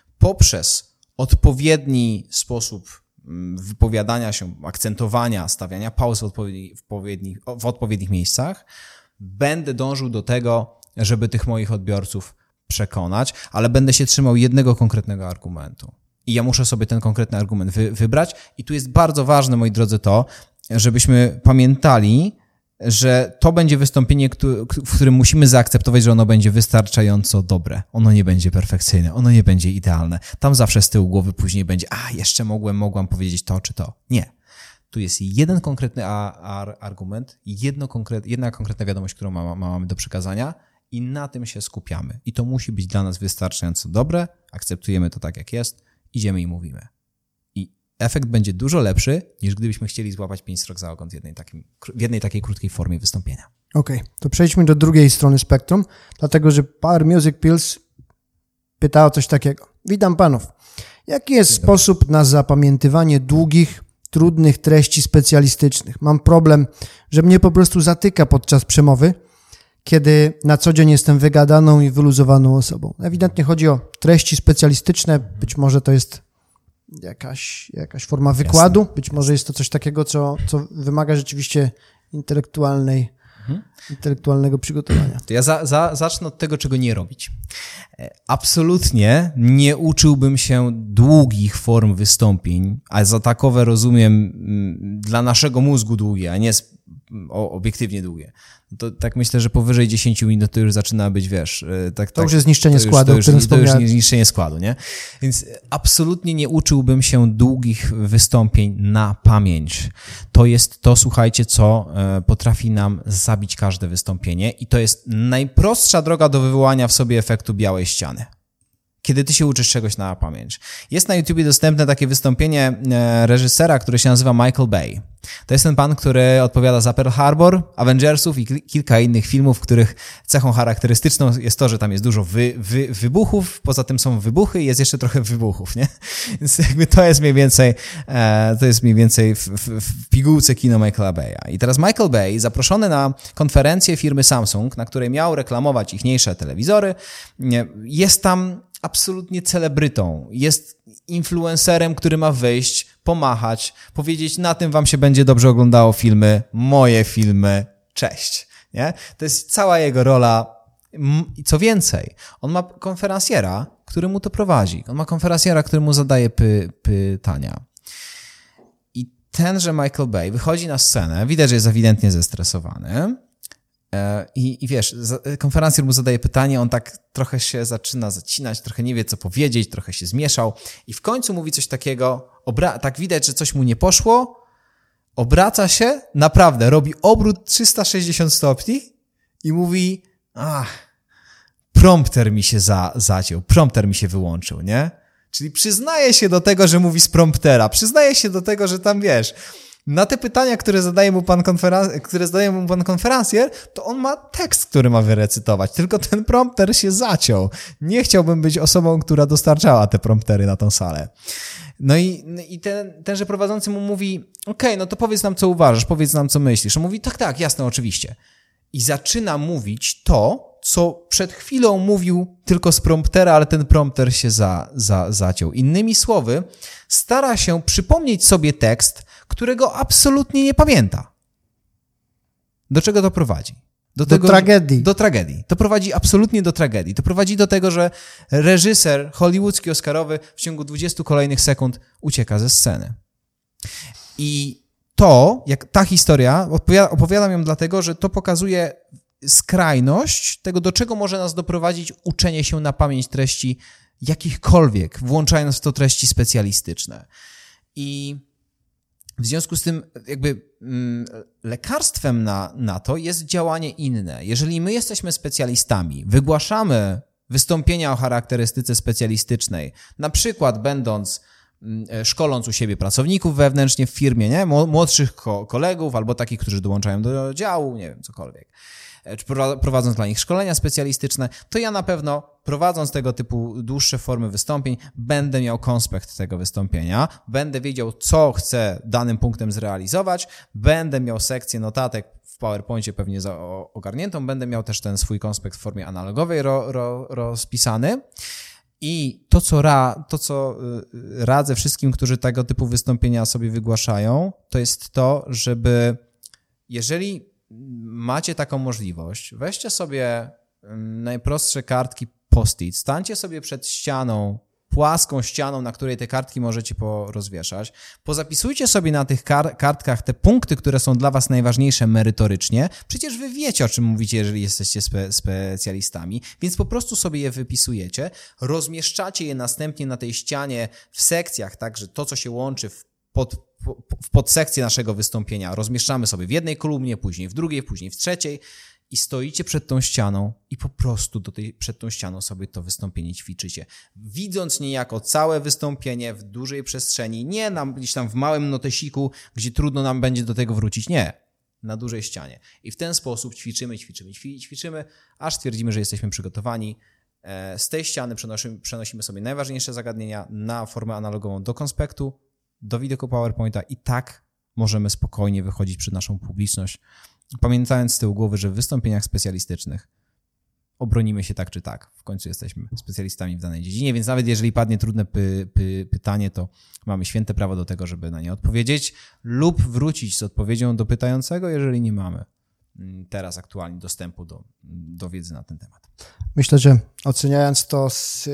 poprzez odpowiedni sposób wypowiadania się, akcentowania, stawiania pauz w odpowiednich, w odpowiednich, w odpowiednich miejscach, będę dążył do tego, żeby tych moich odbiorców przekonać, ale będę się trzymał jednego konkretnego argumentu. I ja muszę sobie ten konkretny argument wy, wybrać i tu jest bardzo ważne, moi drodzy, to, żebyśmy pamiętali, że to będzie wystąpienie, w którym musimy zaakceptować, że ono będzie wystarczająco dobre. Ono nie będzie perfekcyjne, ono nie będzie idealne. Tam zawsze z tyłu głowy później będzie, a jeszcze mogłem, mogłam powiedzieć to czy to. Nie. Tu jest jeden konkretny argument, jedno konkret, jedna konkretna wiadomość, którą ma, mamy do przekazania i na tym się skupiamy. I to musi być dla nas wystarczająco dobre, akceptujemy to tak, jak jest, idziemy i mówimy. I efekt będzie dużo lepszy, niż gdybyśmy chcieli złapać pięć srok za ogon w jednej, takim, w jednej takiej krótkiej formie wystąpienia. Okej, okay, to przejdźmy do drugiej strony spektrum, dlatego że Power Music Pills pytał coś takiego. Witam panów. Jaki jest Dzień sposób dobry. na zapamiętywanie długich, trudnych treści specjalistycznych? Mam problem, że mnie po prostu zatyka podczas przemowy, kiedy na co dzień jestem wygadaną i wyluzowaną osobą. Ewidentnie chodzi o treści specjalistyczne, być może to jest jakaś, jakaś forma wykładu, Jasne. być może jest to coś takiego, co, co wymaga rzeczywiście intelektualnej, mhm. intelektualnego przygotowania. To ja za, za, zacznę od tego, czego nie robić. Absolutnie nie uczyłbym się długich form wystąpień, a za takowe rozumiem dla naszego mózgu długie, a nie obiektywnie długie. To tak myślę, że powyżej dziesięć minut to już zaczyna być, wiesz... Tak, to tak, już jest zniszczenie to już, składu. To już, to już, to już jest zniszczenie składu, nie? Więc absolutnie nie uczyłbym się długich wystąpień na pamięć. To jest to, słuchajcie, co potrafi nam zabić każde wystąpienie i to jest najprostsza droga do wywołania w sobie efektu białej ściany. Kiedy ty się uczysz czegoś na pamięć. Jest na YouTubie dostępne takie wystąpienie reżysera, który się nazywa Michael Bay. To jest ten pan, który odpowiada za Pearl Harbor, Avengersów i kilka innych filmów, w których cechą charakterystyczną jest to, że tam jest dużo wy, wy, wybuchów, poza tym są wybuchy i jest jeszcze trochę wybuchów, nie? Więc jakby to jest mniej więcej, e, to jest mniej więcej w, w, w pigułce kino Michaela Baya. I teraz Michael Bay, zaproszony na konferencję firmy Samsung, na której miał reklamować ichniejsze telewizory, jest tam absolutnie celebrytą. Jest influencerem, który ma wyjść, pomachać, powiedzieć, na tym wam się będzie dobrze oglądało filmy, moje filmy, cześć. Nie? To jest cała jego rola. I co więcej, on ma konferencjera, który mu to prowadzi. On ma konferencjera, który mu zadaje py, pytania. I tenże Michael Bay wychodzi na scenę, widać, że jest ewidentnie zestresowany. I, I wiesz, konferencjer mu zadaje pytanie, on tak trochę się zaczyna zacinać, trochę nie wie, co powiedzieć, trochę się zmieszał i w końcu mówi coś takiego, obra- tak widać, że coś mu nie poszło, obraca się, naprawdę, robi obrót trzysta sześćdziesiąt stopni i mówi, ach, prompter mi się za, zaciął, prompter mi się wyłączył, nie? Czyli przyznaje się do tego, że mówi z promptera, przyznaje się do tego, że tam, wiesz... Na te pytania, które zadaje mu pan konferen- które zadaje mu pan konferencjer, to on ma tekst, który ma wyrecytować, tylko ten prompter się zaciął. Nie chciałbym być osobą, która dostarczała te promptery na tą salę. No i, i ten, tenże prowadzący mu mówi, okej, okay, no to powiedz nam, co uważasz, powiedz nam, co myślisz. On mówi, tak, tak, jasne, oczywiście. I zaczyna mówić to, co przed chwilą mówił tylko z promptera, ale ten prompter się za, za, zaciął. Innymi słowy, stara się przypomnieć sobie tekst, którego absolutnie nie pamięta. Do czego to prowadzi? Do, do tego, tragedii. Do tragedii. To prowadzi absolutnie do tragedii. To prowadzi do tego, że reżyser hollywoodzki, oscarowy w ciągu dwudziestu kolejnych sekund ucieka ze sceny. I to, jak ta historia, opowiadam ją dlatego, że to pokazuje skrajność tego, do czego może nas doprowadzić uczenie się na pamięć treści jakichkolwiek, włączając w to treści specjalistyczne. I w związku z tym jakby mm, lekarstwem na, na to jest działanie inne. Jeżeli my jesteśmy specjalistami, wygłaszamy wystąpienia o charakterystyce specjalistycznej, na przykład będąc, mm, szkoląc u siebie pracowników wewnętrznie w firmie, nie? Młodszych ko- kolegów albo takich, którzy dołączają do działu, nie wiem, cokolwiek, czy prowadząc dla nich szkolenia specjalistyczne, to ja na pewno, prowadząc tego typu dłuższe formy wystąpień, będę miał konspekt tego wystąpienia, będę wiedział, co chcę danym punktem zrealizować, będę miał sekcję notatek w PowerPoincie pewnie za, o, ogarniętą, będę miał też ten swój konspekt w formie analogowej ro, ro, rozpisany. I to co, ra, to, co radzę wszystkim, którzy tego typu wystąpienia sobie wygłaszają, to jest to, żeby jeżeli macie taką możliwość, weźcie sobie najprostsze kartki post-it. Stańcie sobie przed ścianą, płaską ścianą, na której te kartki możecie porozwieszać. Pozapisujcie sobie na tych kar- kartkach te punkty, które są dla was najważniejsze merytorycznie. Przecież wy wiecie, o czym mówicie, jeżeli jesteście spe- specjalistami, więc po prostu sobie je wypisujecie, rozmieszczacie je następnie na tej ścianie w sekcjach, tak, że to, co się łączy w, pod, w podsekcję naszego wystąpienia, rozmieszczamy sobie w jednej kolumnie, później w drugiej, później w trzeciej, i stoicie przed tą ścianą i po prostu do tej, przed tą ścianą sobie to wystąpienie ćwiczycie. Widząc niejako całe wystąpienie w dużej przestrzeni, nie na, gdzieś tam w małym notesiku, gdzie trudno nam będzie do tego wrócić, nie, na dużej ścianie. I w ten sposób ćwiczymy, ćwiczymy, ćwiczymy, aż stwierdzimy, że jesteśmy przygotowani. Z tej ściany przenosimy, przenosimy sobie najważniejsze zagadnienia na formę analogową do konspektu, do wideku PowerPointa i tak możemy spokojnie wychodzić przed naszą publiczność, pamiętając z tyłu głowy, że w wystąpieniach specjalistycznych obronimy się tak czy tak. W końcu jesteśmy specjalistami w danej dziedzinie, więc nawet jeżeli padnie trudne py, py, pytanie, to mamy święte prawo do tego, żeby na nie odpowiedzieć lub wrócić z odpowiedzią do pytającego, jeżeli nie mamy teraz aktualnie dostępu do, do wiedzy na ten temat. Myślę, że oceniając to z,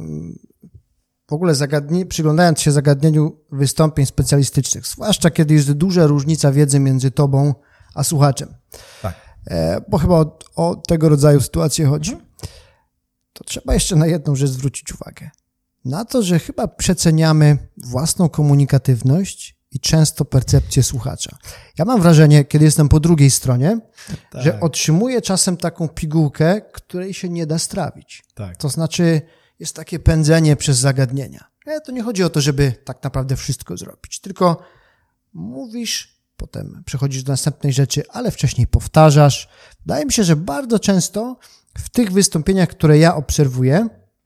w ogóle zagadnie, przyglądając się zagadnieniu wystąpień specjalistycznych, zwłaszcza kiedy jest duża różnica wiedzy między tobą a słuchaczem, tak. e, bo chyba o, o tego rodzaju sytuacje chodzi, mhm. to trzeba jeszcze na jedną rzecz zwrócić uwagę. Na to, że chyba przeceniamy własną komunikatywność i często percepcję słuchacza. Ja mam wrażenie, kiedy jestem po drugiej stronie, tak. że otrzymuję czasem taką pigułkę, której się nie da strawić. Tak. To znaczy jest takie pędzenie przez zagadnienia. E, to nie chodzi o to, żeby tak naprawdę wszystko zrobić, tylko mówisz, potem przechodzisz do następnej rzeczy, ale wcześniej powtarzasz. Wydaje mi się, że bardzo często w tych wystąpieniach, które ja obserwuję,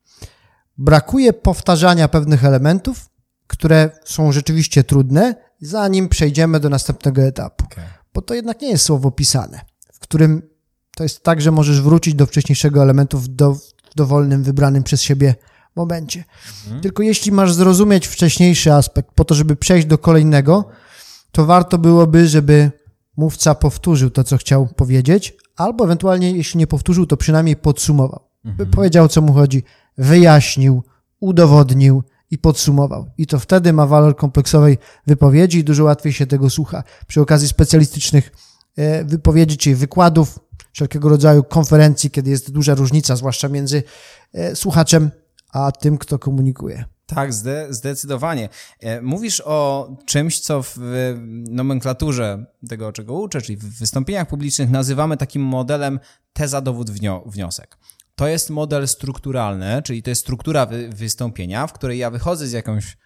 brakuje powtarzania pewnych elementów, które są rzeczywiście trudne, zanim przejdziemy do następnego etapu. Okay. Bo to jednak nie jest słowo pisane, w którym to jest tak, że możesz wrócić do wcześniejszego elementu w, do, w dowolnym, wybranym przez siebie momencie. Mhm. Tylko jeśli masz zrozumieć wcześniejszy aspekt po to, żeby przejść do kolejnego, to warto byłoby, żeby mówca powtórzył to, co chciał powiedzieć, albo ewentualnie, jeśli nie powtórzył, to przynajmniej podsumował. Mhm. Powiedział, o co mu chodzi, wyjaśnił, udowodnił i podsumował. I to wtedy ma walor kompleksowej wypowiedzi i dużo łatwiej się tego słucha. Przy okazji specjalistycznych wypowiedzi, czy wykładów, wszelkiego rodzaju konferencji, kiedy jest duża różnica, zwłaszcza między słuchaczem a tym, kto komunikuje. Tak, zde, zdecydowanie. Mówisz o czymś, co w nomenklaturze tego, czego uczę, czyli w wystąpieniach publicznych nazywamy takim modelem teza, dowód, wniosek. To jest model strukturalny, czyli to jest struktura wy, wystąpienia, w której ja wychodzę z jakąś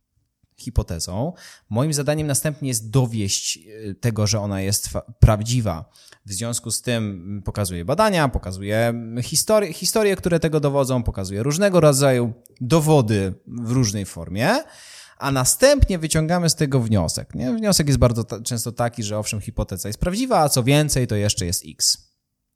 hipotezą. Moim zadaniem następnie jest dowieść tego, że ona jest prawdziwa. W związku z tym pokazuję badania, pokazuję historie, historie, które tego dowodzą, pokazuję różnego rodzaju dowody w różnej formie, a następnie wyciągamy z tego wniosek. Nie? Wniosek jest bardzo ta- często taki, że owszem, hipoteza jest prawdziwa, a co więcej, to jeszcze jest X.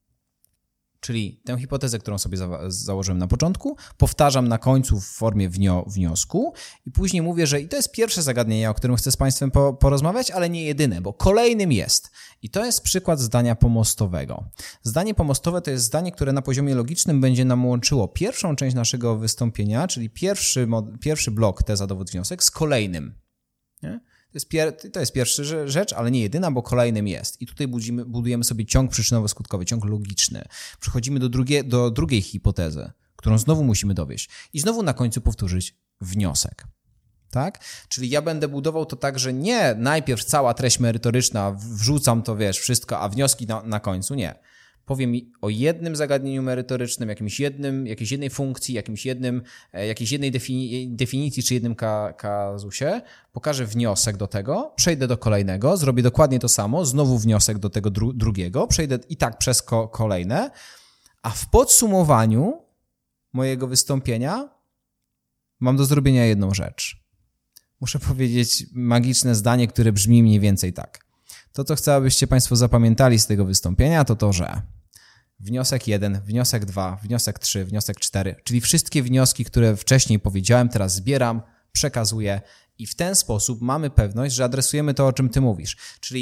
Czyli tę hipotezę, którą sobie za- założyłem na początku, powtarzam na końcu w formie wnio- wniosku i później mówię, że i to jest pierwsze zagadnienie, o którym chcę z Państwem po- porozmawiać, ale nie jedyne, bo kolejnym jest. I to jest przykład zdania pomostowego. Zdanie pomostowe to jest zdanie, które na poziomie logicznym będzie nam łączyło pierwszą część naszego wystąpienia, czyli pierwszy, mod- pierwszy blok teza, dowód, wniosek z kolejnym. Nie? To jest, pier- to jest pierwsza rzecz, ale nie jedyna, bo kolejnym jest. I tutaj budzimy, budujemy sobie ciąg przyczynowo-skutkowy, ciąg logiczny. Przechodzimy do, drugie, do drugiej hipotezy, którą znowu musimy dowieść. I znowu na końcu powtórzyć wniosek. Tak? Czyli ja będę budował to tak, że nie najpierw cała treść merytoryczna, wrzucam to, wiesz, wszystko, a wnioski na, na końcu, nie. Powiem o jednym zagadnieniu merytorycznym, jakimś jednym, jakiejś jednej funkcji, jakimś jednym, jakiejś jednej defini- definicji czy jednym ka- kazusie, pokażę wniosek do tego, przejdę do kolejnego, zrobię dokładnie to samo, znowu wniosek do tego dru- drugiego, przejdę i tak przez ko- kolejne, a w podsumowaniu mojego wystąpienia mam do zrobienia jedną rzecz. Muszę powiedzieć magiczne zdanie, które brzmi mniej więcej tak. To, co chcę, abyście Państwo zapamiętali z tego wystąpienia, to to, że wniosek jeden, wniosek dwa, wniosek trzy, wniosek cztery, czyli wszystkie wnioski, które wcześniej powiedziałem, teraz zbieram, przekazuję i w ten sposób mamy pewność, że adresujemy to, o czym Ty mówisz. Czyli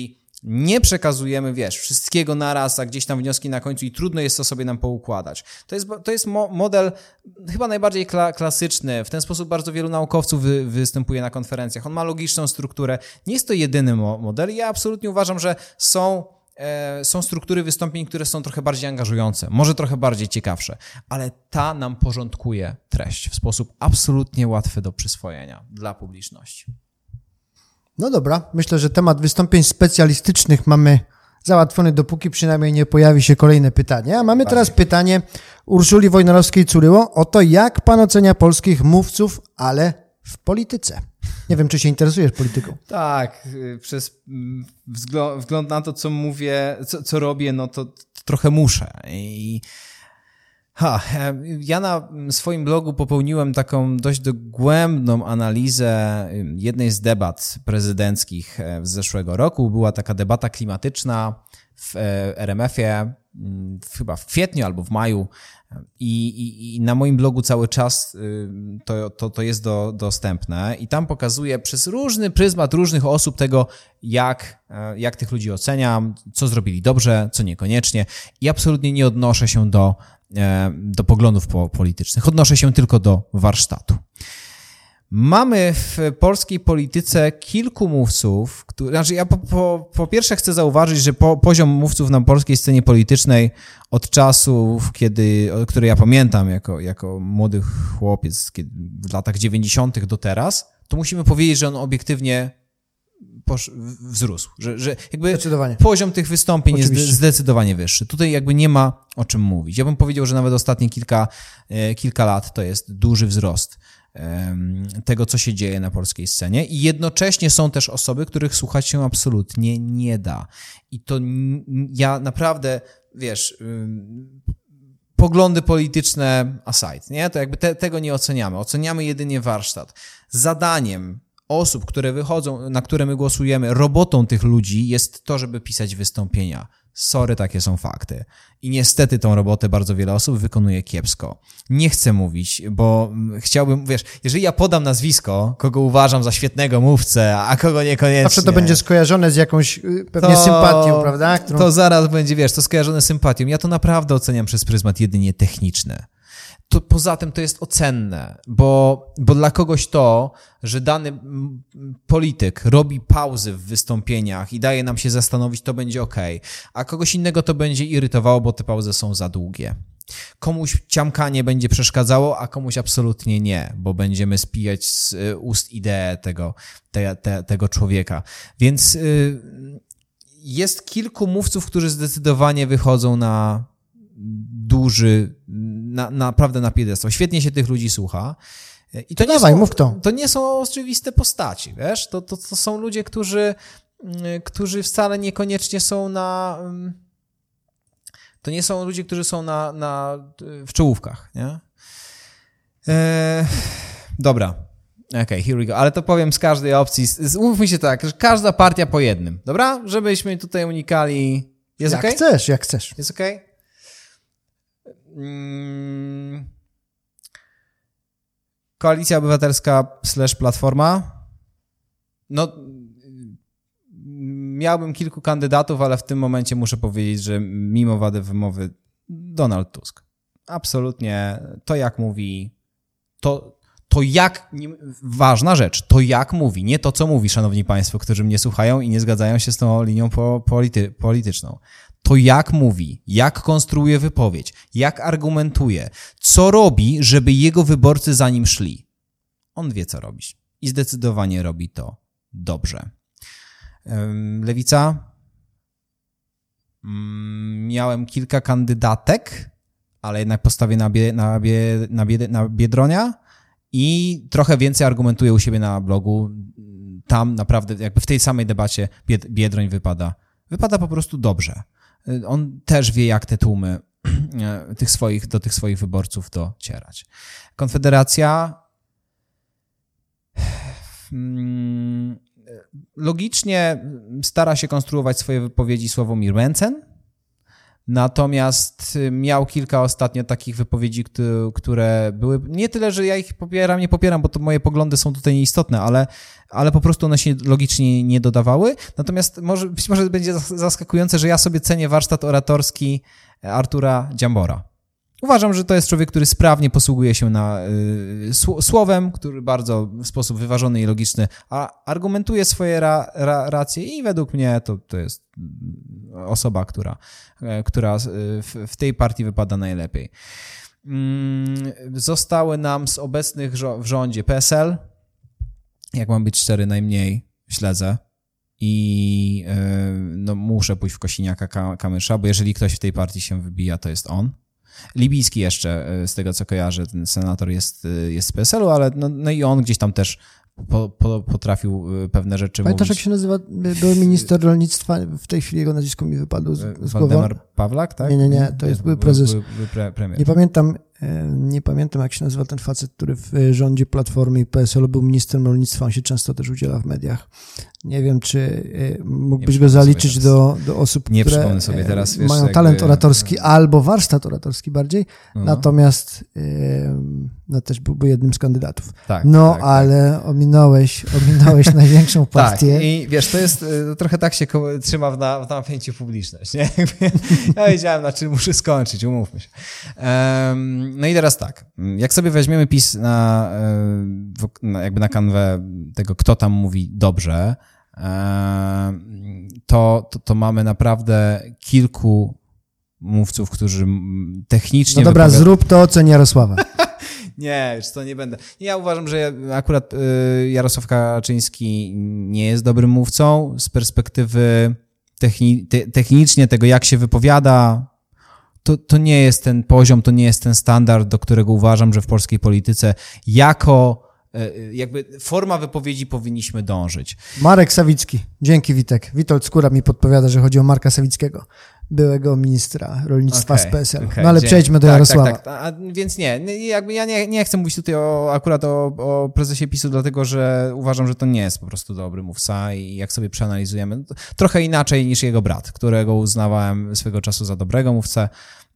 Nie przekazujemy, wiesz, wszystkiego naraz, a gdzieś tam wnioski na końcu i trudno jest to sobie nam poukładać. To jest, to jest mo- model chyba najbardziej kla- klasyczny. W ten sposób bardzo wielu naukowców wy- występuje na konferencjach. On ma logiczną strukturę. Nie jest to jedyny mo- model. Ja absolutnie uważam, że są, e, są struktury wystąpień, które są trochę bardziej angażujące, może trochę bardziej ciekawsze, ale ta nam porządkuje treść w sposób absolutnie łatwy do przyswojenia dla publiczności. No dobra, myślę, że temat wystąpień specjalistycznych mamy załatwiony, dopóki przynajmniej nie pojawi się kolejne pytanie. A mamy teraz pytanie Urszuli Wojnarowskiej-Curyło o to, jak pan ocenia polskich mówców, ale w polityce. Nie wiem, czy się interesujesz polityką. Tak, przez wzgląd, wzgląd na to, co mówię, co, co robię, no to, to trochę muszę. I Ha, ja na swoim blogu popełniłem taką dość dogłębną analizę jednej z debat prezydenckich z zeszłego roku. Była taka debata klimatyczna w R M F-ie, chyba w kwietniu albo w maju i, i, i na moim blogu cały czas to, to, to jest do, dostępne i tam pokazuję przez różny pryzmat różnych osób tego, jak, jak tych ludzi oceniam, co zrobili dobrze, co niekoniecznie i absolutnie nie odnoszę się do do poglądów politycznych. Odnoszę się tylko do warsztatu. Mamy w polskiej polityce kilku mówców, którzy, znaczy ja po, po, po pierwsze chcę zauważyć, że po, poziom mówców na polskiej scenie politycznej od czasów, kiedy, które ja pamiętam jako, jako młody chłopiec kiedy, w latach dziewięćdziesiątych do teraz, to musimy powiedzieć, że on obiektywnie posz, wzrósł, że, że jakby poziom tych wystąpień Oczywiście. jest zdecydowanie wyższy. Tutaj jakby nie ma o czym mówić. Ja bym powiedział, że nawet ostatnie kilka, kilka lat to jest duży wzrost tego, co się dzieje na polskiej scenie i jednocześnie są też osoby, których słuchać się absolutnie nie da. I to ja naprawdę, wiesz, poglądy polityczne aside, nie? To jakby te, tego nie oceniamy. Oceniamy jedynie warsztat. Zadaniem osób, które wychodzą, na które my głosujemy, robotą tych ludzi jest to, żeby pisać wystąpienia. Sorry, takie są fakty. I niestety tą robotę bardzo wiele osób wykonuje kiepsko. Nie chcę mówić, bo chciałbym, wiesz, jeżeli ja podam nazwisko, kogo uważam za świetnego mówcę, a kogo niekoniecznie... Zawsze to będzie skojarzone z jakąś pewnie to, sympatią, prawda? Którą... To zaraz będzie, wiesz, to skojarzone z sympatią. Ja to naprawdę oceniam przez pryzmat jedynie techniczny. To poza tym to jest ocenne, bo, bo dla kogoś to, że dany polityk robi pauzy w wystąpieniach i daje nam się zastanowić, to będzie okej, a kogoś innego to będzie irytowało, bo te pauzy są za długie. Komuś ciamkanie będzie przeszkadzało, a komuś absolutnie nie, bo będziemy spijać z ust ideę tego, te, te, tego człowieka. Więc y, jest kilku mówców, którzy zdecydowanie wychodzą na duży, na, naprawdę na piedestał. Świetnie się tych ludzi słucha. I to, to nie dawaj, są, mów to. To nie są oczywiste postaci, wiesz? To, to, to są ludzie, którzy, którzy wcale niekoniecznie są na... To nie są ludzie, którzy są na, na, w czołówkach, nie? Eee, dobra. Okej, okay, here we go. Ale to powiem z każdej opcji. Umówmy się tak, że każda partia po jednym. Dobra? Żebyśmy tutaj unikali... Jest jak okay? chcesz, jak chcesz. Jest okej? Okay? Hmm. Koalicja Obywatelska slash Platforma. No, miałbym kilku kandydatów, ale w tym momencie muszę powiedzieć, że mimo wady wymowy Donald Tusk. Absolutnie to jak mówi, to, to jak, ważna rzecz, to jak mówi, nie to co mówi, szanowni państwo, którzy mnie słuchają i nie zgadzają się z tą linią po, polity, polityczną. To jak mówi, jak konstruuje wypowiedź, jak argumentuje, co robi, żeby jego wyborcy za nim szli. On wie, co robić i zdecydowanie robi to dobrze. Lewica. Miałem kilka kandydatek, ale jednak postawię na, bie, na, bie, na, bie, na Biedronia i trochę więcej argumentuję u siebie na blogu. Tam naprawdę, jakby w tej samej debacie Biedroń wypada, wypada po prostu dobrze. On też wie, jak te tłumy tych swoich, do tych swoich wyborców docierać. Konfederacja logicznie stara się konstruować swoje wypowiedzi Sławomir Mencen. Natomiast miał kilka ostatnio takich wypowiedzi, które były nie tyle, że ja ich popieram, nie popieram, bo to moje poglądy są tutaj nieistotne, ale, ale po prostu one się logicznie nie dodawały. Natomiast może, być może będzie zaskakujące, że ja sobie cenię warsztat oratorski Artura Dziambora. Uważam, że to jest człowiek, który sprawnie posługuje się na y, słowem, który bardzo w sposób wyważony i logiczny a argumentuje swoje ra, ra, racje i według mnie to, to jest osoba, która, która w, w tej partii wypada najlepiej. Mm, zostały nam z obecnych w rządzie P S L, jak mam być szczery, najmniej śledzę i y, no, muszę pójść w Kosiniaka-Kamysza, bo jeżeli ktoś w tej partii się wybija, to jest on. Libijski jeszcze, z tego co kojarzę, ten senator jest, jest z P S L u, ale no, no i on gdzieś tam też po, po, potrafił pewne rzeczy Pamiętasz, mówić. jak się nazywa? Był minister rolnictwa, w tej chwili jego nazwisko mi wypadło z, z głowy. Waldemar Pawlak, tak? Nie, nie, nie, to jest były prezes. Był, był pre, premier. Nie pamiętam, nie pamiętam, jak się nazywa ten facet, który w rządzie Platformy i P S L u był ministrem rolnictwa, on się często też udziela w mediach. Nie wiem, czy mógłbyś go zaliczyć do, do osób, nie które sobie teraz, wiesz, mają jakby... talent oratorski albo warsztat oratorski bardziej, no. Natomiast no, też byłby jednym z kandydatów. Tak, no, tak, ale tak. ominąłeś, ominąłeś największą partię. Tak, i wiesz, to jest, trochę tak się trzyma w, na, w napięciu publiczność, nie? Ja wiedziałem, na czym muszę skończyć, umówmy się. Um, no i teraz tak, jak sobie weźmiemy PiS na, na jakby na kanwę tego, kto tam mówi dobrze, to, to, to mamy naprawdę kilku mówców, którzy technicznie... No dobra, wypowiada... zrób to, ocen Jarosława. Nie, już to nie będę. Ja uważam, że akurat Jarosław Kaczyński nie jest dobrym mówcą z perspektywy techni- te- technicznie tego, jak się wypowiada. To, to nie jest ten poziom, to nie jest ten standard, do którego uważam, że w polskiej polityce jako jakby forma wypowiedzi powinniśmy dążyć. Marek Sawicki. Dzięki, Witek. Witold Skóra mi podpowiada, że chodzi o Marka Sawickiego, byłego ministra rolnictwa okay, z P S L u. Okay, no ale dzięki. Przejdźmy do tak, Jarosława. Tak, tak. A, więc nie, jakby ja nie, nie chcę mówić tutaj o, akurat o, o prezesie PiS-u, dlatego że uważam, że to nie jest po prostu dobry mówca i jak sobie przeanalizujemy, trochę inaczej niż jego brat, którego uznawałem swego czasu za dobrego mówcę.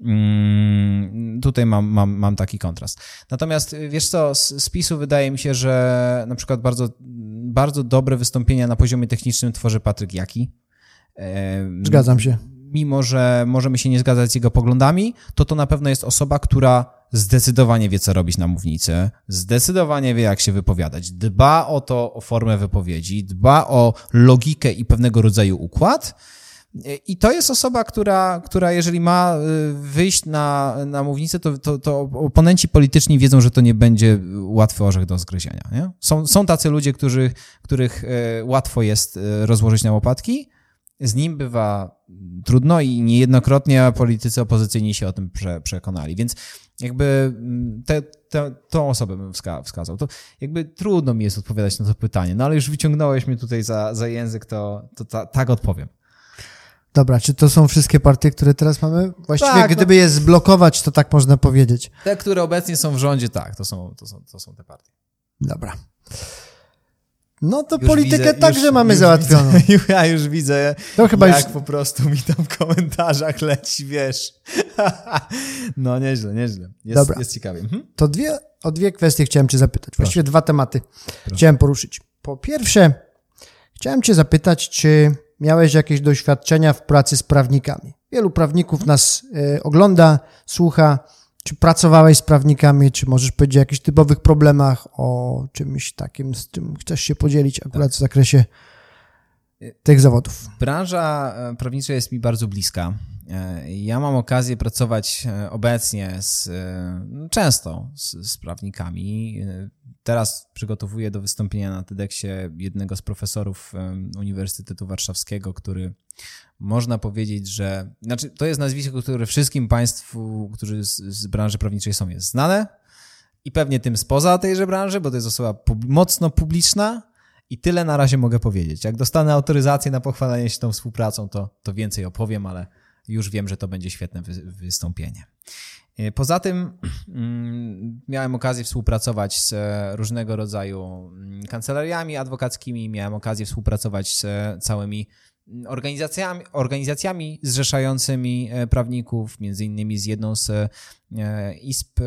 Hmm, tutaj mam, mam, mam taki kontrast. Natomiast wiesz co, z, z PiS-u wydaje mi się, że na przykład bardzo, bardzo dobre wystąpienia na poziomie technicznym tworzy Patryk Jaki. Zgadzam się. Mimo że możemy się nie zgadzać z jego poglądami, to to na pewno jest osoba, która zdecydowanie wie, co robić na mównicy, zdecydowanie wie, jak się wypowiadać, dba o to, o formę wypowiedzi, dba o logikę i pewnego rodzaju układ. I to jest osoba, która, która jeżeli ma wyjść na, na mównicę, to, to, to oponenci polityczni wiedzą, że to nie będzie łatwy orzech do zgryzienia. Nie? Są, są tacy ludzie, którzy, których łatwo jest rozłożyć na łopatki. Z nim bywa trudno i niejednokrotnie politycy opozycyjni się o tym prze, przekonali. Więc jakby te, te, tą osobę bym wska, wskazał. To jakby trudno mi jest odpowiadać na to pytanie, no ale już wyciągnąłeś mnie tutaj za, za język, to, to ta, tak odpowiem. Dobra, czy to są wszystkie partie, które teraz mamy? Właściwie tak, gdyby no, je zblokować, to tak można powiedzieć. Te, które obecnie są w rządzie, tak, to są, to są, to są te partie. Dobra. No to już politykę widzę, także już, mamy już załatwioną. Widzę, ja już widzę, to chyba jak już... po prostu mi tam w komentarzach leci, wiesz. No nieźle, nieźle. Jest, Dobra. Jest ciekawie. Mhm. To dwie, o dwie kwestie chciałem cię zapytać. Proszę. Właściwie dwa tematy Proszę. chciałem poruszyć. Po pierwsze, chciałem cię zapytać, czy miałeś jakieś doświadczenia w pracy z prawnikami? Wielu prawników nas y, ogląda, słucha. Czy pracowałeś z prawnikami? Czy możesz powiedzieć o jakichś typowych problemach, o czymś takim, z czym chcesz się podzielić akurat w zakresie tych zawodów? Branża prawnicza jest mi bardzo bliska. Ja mam okazję pracować obecnie z, często z, z prawnikami. Teraz przygotowuję do wystąpienia na TEDxie jednego z profesorów Uniwersytetu Warszawskiego, który można powiedzieć, że... Znaczy, to jest nazwisko, które wszystkim państwu, którzy z, z branży prawniczej są, jest znane i pewnie tym spoza tejże branży, bo to jest osoba pub- mocno publiczna i tyle na razie mogę powiedzieć. Jak dostanę autoryzację na pochwalenie się tą współpracą, to, to więcej opowiem, ale już wiem, że to będzie świetne wy- wystąpienie. Poza tym mm, miałem okazję współpracować z różnego rodzaju kancelariami adwokackimi, miałem okazję współpracować z całymi organizacjami, organizacjami zrzeszającymi prawników, między innymi z jedną z izb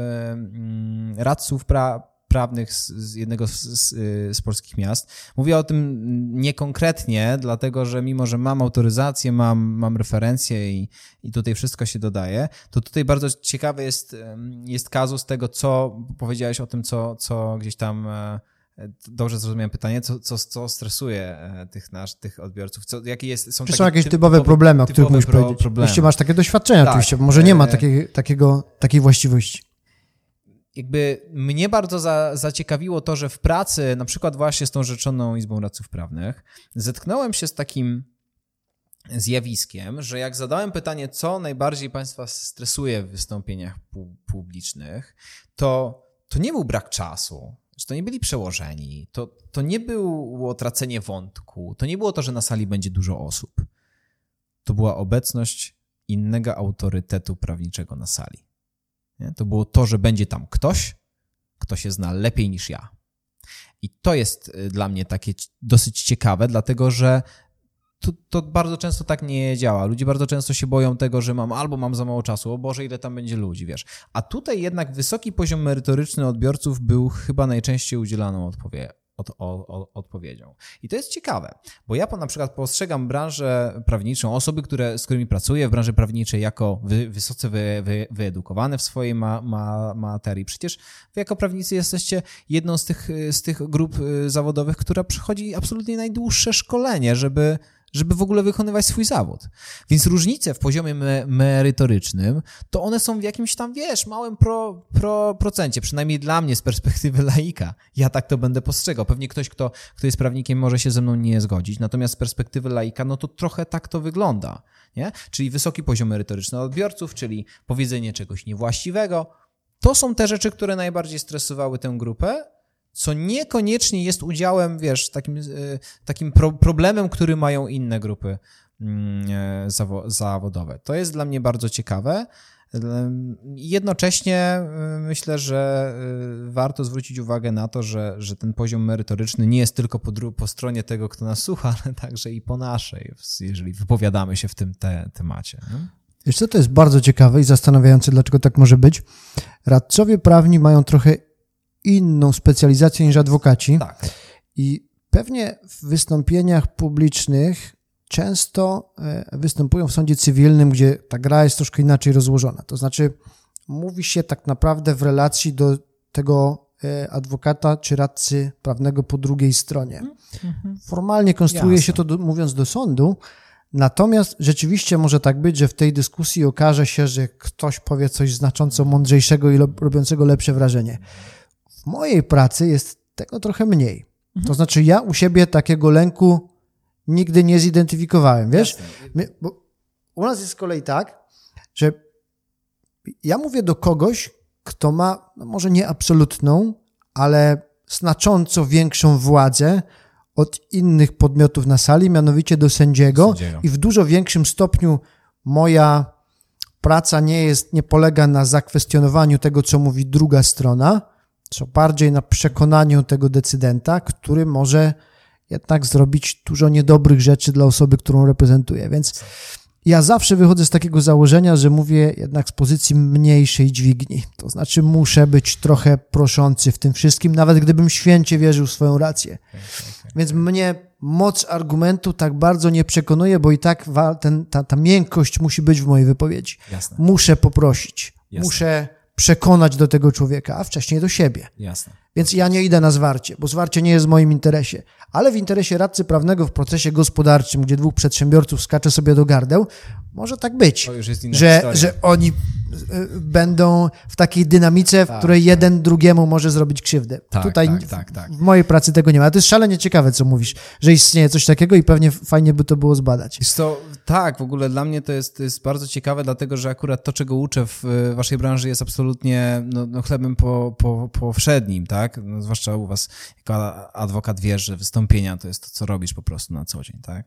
radców pra, prawnych z jednego z, z, z polskich miast. Mówię o tym niekonkretnie, dlatego że mimo, że mam autoryzację, mam, mam referencje i, i tutaj wszystko się dodaje, to tutaj bardzo ciekawy jest, jest kazus tego, co powiedziałeś o tym, co, co gdzieś tam, dobrze zrozumiałem pytanie, co, co, co stresuje tych nasz, tych odbiorców, co, jakie jest, są, Czy takie są jakieś typ, typowe, typowe problemy, o których musisz pro, powiedzieć? Problemy. Jeśli masz takie doświadczenia tak. oczywiście, bo może nie ma takiej, takiego, takiej właściwości. Jakby mnie bardzo za, zaciekawiło to, że w pracy, na przykład właśnie z tą rzeczoną Izbą Radców Prawnych, zetknąłem się z takim zjawiskiem, że jak zadałem pytanie, co najbardziej Państwa stresuje w wystąpieniach pu- publicznych, to, to nie był brak czasu, że to nie byli przełożeni, to, to nie było tracenie wątku, to nie było to, że na sali będzie dużo osób. To była obecność innego autorytetu prawniczego na sali. Nie? To było to, że będzie tam ktoś, kto się zna lepiej niż ja. I to jest dla mnie takie dosyć ciekawe, dlatego że to, to bardzo często tak nie działa. Ludzie bardzo często się boją tego, że mam albo mam za mało czasu, o Boże, ile tam będzie ludzi, wiesz. A tutaj jednak wysoki poziom merytoryczny odbiorców był chyba najczęściej udzielaną odpowiedzią. Od, od, odpowiedzią. I to jest ciekawe, bo ja na przykład postrzegam branżę prawniczą, osoby, które, z którymi pracuję w branży prawniczej jako wy, wysoce wy, wy, wyedukowane w swojej ma, ma, materii. Przecież wy jako prawnicy jesteście jedną z tych, z tych grup zawodowych, która przechodzi absolutnie najdłuższe szkolenie, żeby żeby w ogóle wykonywać swój zawód. Więc różnice w poziomie me- merytorycznym, to one są w jakimś tam, wiesz, małym pro, pro, procencie, przynajmniej dla mnie z perspektywy laika. Ja tak to będę postrzegał. Pewnie ktoś, kto, kto jest prawnikiem, może się ze mną nie zgodzić, natomiast z perspektywy laika, no to trochę tak to wygląda, nie? Czyli wysoki poziom merytoryczny odbiorców, czyli powiedzenie czegoś niewłaściwego. To są te rzeczy, które najbardziej stresowały tę grupę, co niekoniecznie jest udziałem, wiesz, takim, takim pro, problemem, który mają inne grupy zawo, zawodowe. To jest dla mnie bardzo ciekawe. Jednocześnie myślę, że warto zwrócić uwagę na to, że, że ten poziom merytoryczny nie jest tylko po, dru- po stronie tego, kto nas słucha, ale także i po naszej, jeżeli wypowiadamy się w tym te, temacie. Nie? Wiesz co, to jest bardzo ciekawe i zastanawiające, dlaczego tak może być. Radcowie prawni mają trochę inną specjalizację niż adwokaci. Tak. I pewnie w wystąpieniach publicznych często występują w sądzie cywilnym, gdzie ta gra jest troszkę inaczej rozłożona. To znaczy mówi się tak naprawdę w relacji do tego adwokata czy radcy prawnego po drugiej stronie. Formalnie konstruuje Jasne. się to do, mówiąc do sądu, natomiast rzeczywiście może tak być, że w tej dyskusji okaże się, że ktoś powie coś znacząco mądrzejszego i robiącego lepsze wrażenie. W mojej pracy jest tego trochę mniej. Mhm. To znaczy ja u siebie takiego lęku nigdy nie zidentyfikowałem, wiesz? My, bo u nas jest z kolei tak, że ja mówię do kogoś, kto ma, no może nie absolutną, ale znacząco większą władzę od innych podmiotów na sali, mianowicie do sędziego, sędziego. I w dużo większym stopniu moja praca nie jest, nie polega na zakwestionowaniu tego, co mówi druga strona, co bardziej na przekonaniu tego decydenta, który może jednak zrobić dużo niedobrych rzeczy dla osoby, którą reprezentuje. Więc ja zawsze wychodzę z takiego założenia, że mówię jednak z pozycji mniejszej dźwigni. To znaczy muszę być trochę proszący w tym wszystkim, nawet gdybym święcie wierzył w swoją rację. Okay, okay, okay. Więc mnie moc argumentu tak bardzo nie przekonuje, bo i tak ten, ta, ta miękkość musi być w mojej wypowiedzi. Jasne. Muszę poprosić. Jasne. Muszę przekonać do tego człowieka, a wcześniej do siebie. Jasne. Więc ja nie idę na zwarcie, bo zwarcie nie jest w moim interesie. Ale w interesie radcy prawnego w procesie gospodarczym, gdzie dwóch przedsiębiorców skacze sobie do gardeł, może tak być, to już jest inna że, historia. że oni y, będą w takiej dynamice, w tak, której tak. jeden drugiemu może zrobić krzywdę. Tak, Tutaj tak, tak, tak. w mojej pracy tego nie ma. Ale to jest szalenie ciekawe, co mówisz, że istnieje coś takiego i pewnie fajnie by to było zbadać. Jest to, tak, w ogóle dla mnie to jest, to jest bardzo ciekawe, dlatego że akurat to, czego uczę w waszej branży jest absolutnie no, no chlebem po, po, powszednim, tak? tak? No, zwłaszcza u was jako adwokat wiesz, że wystąpienia to jest to, co robisz po prostu na co dzień, tak?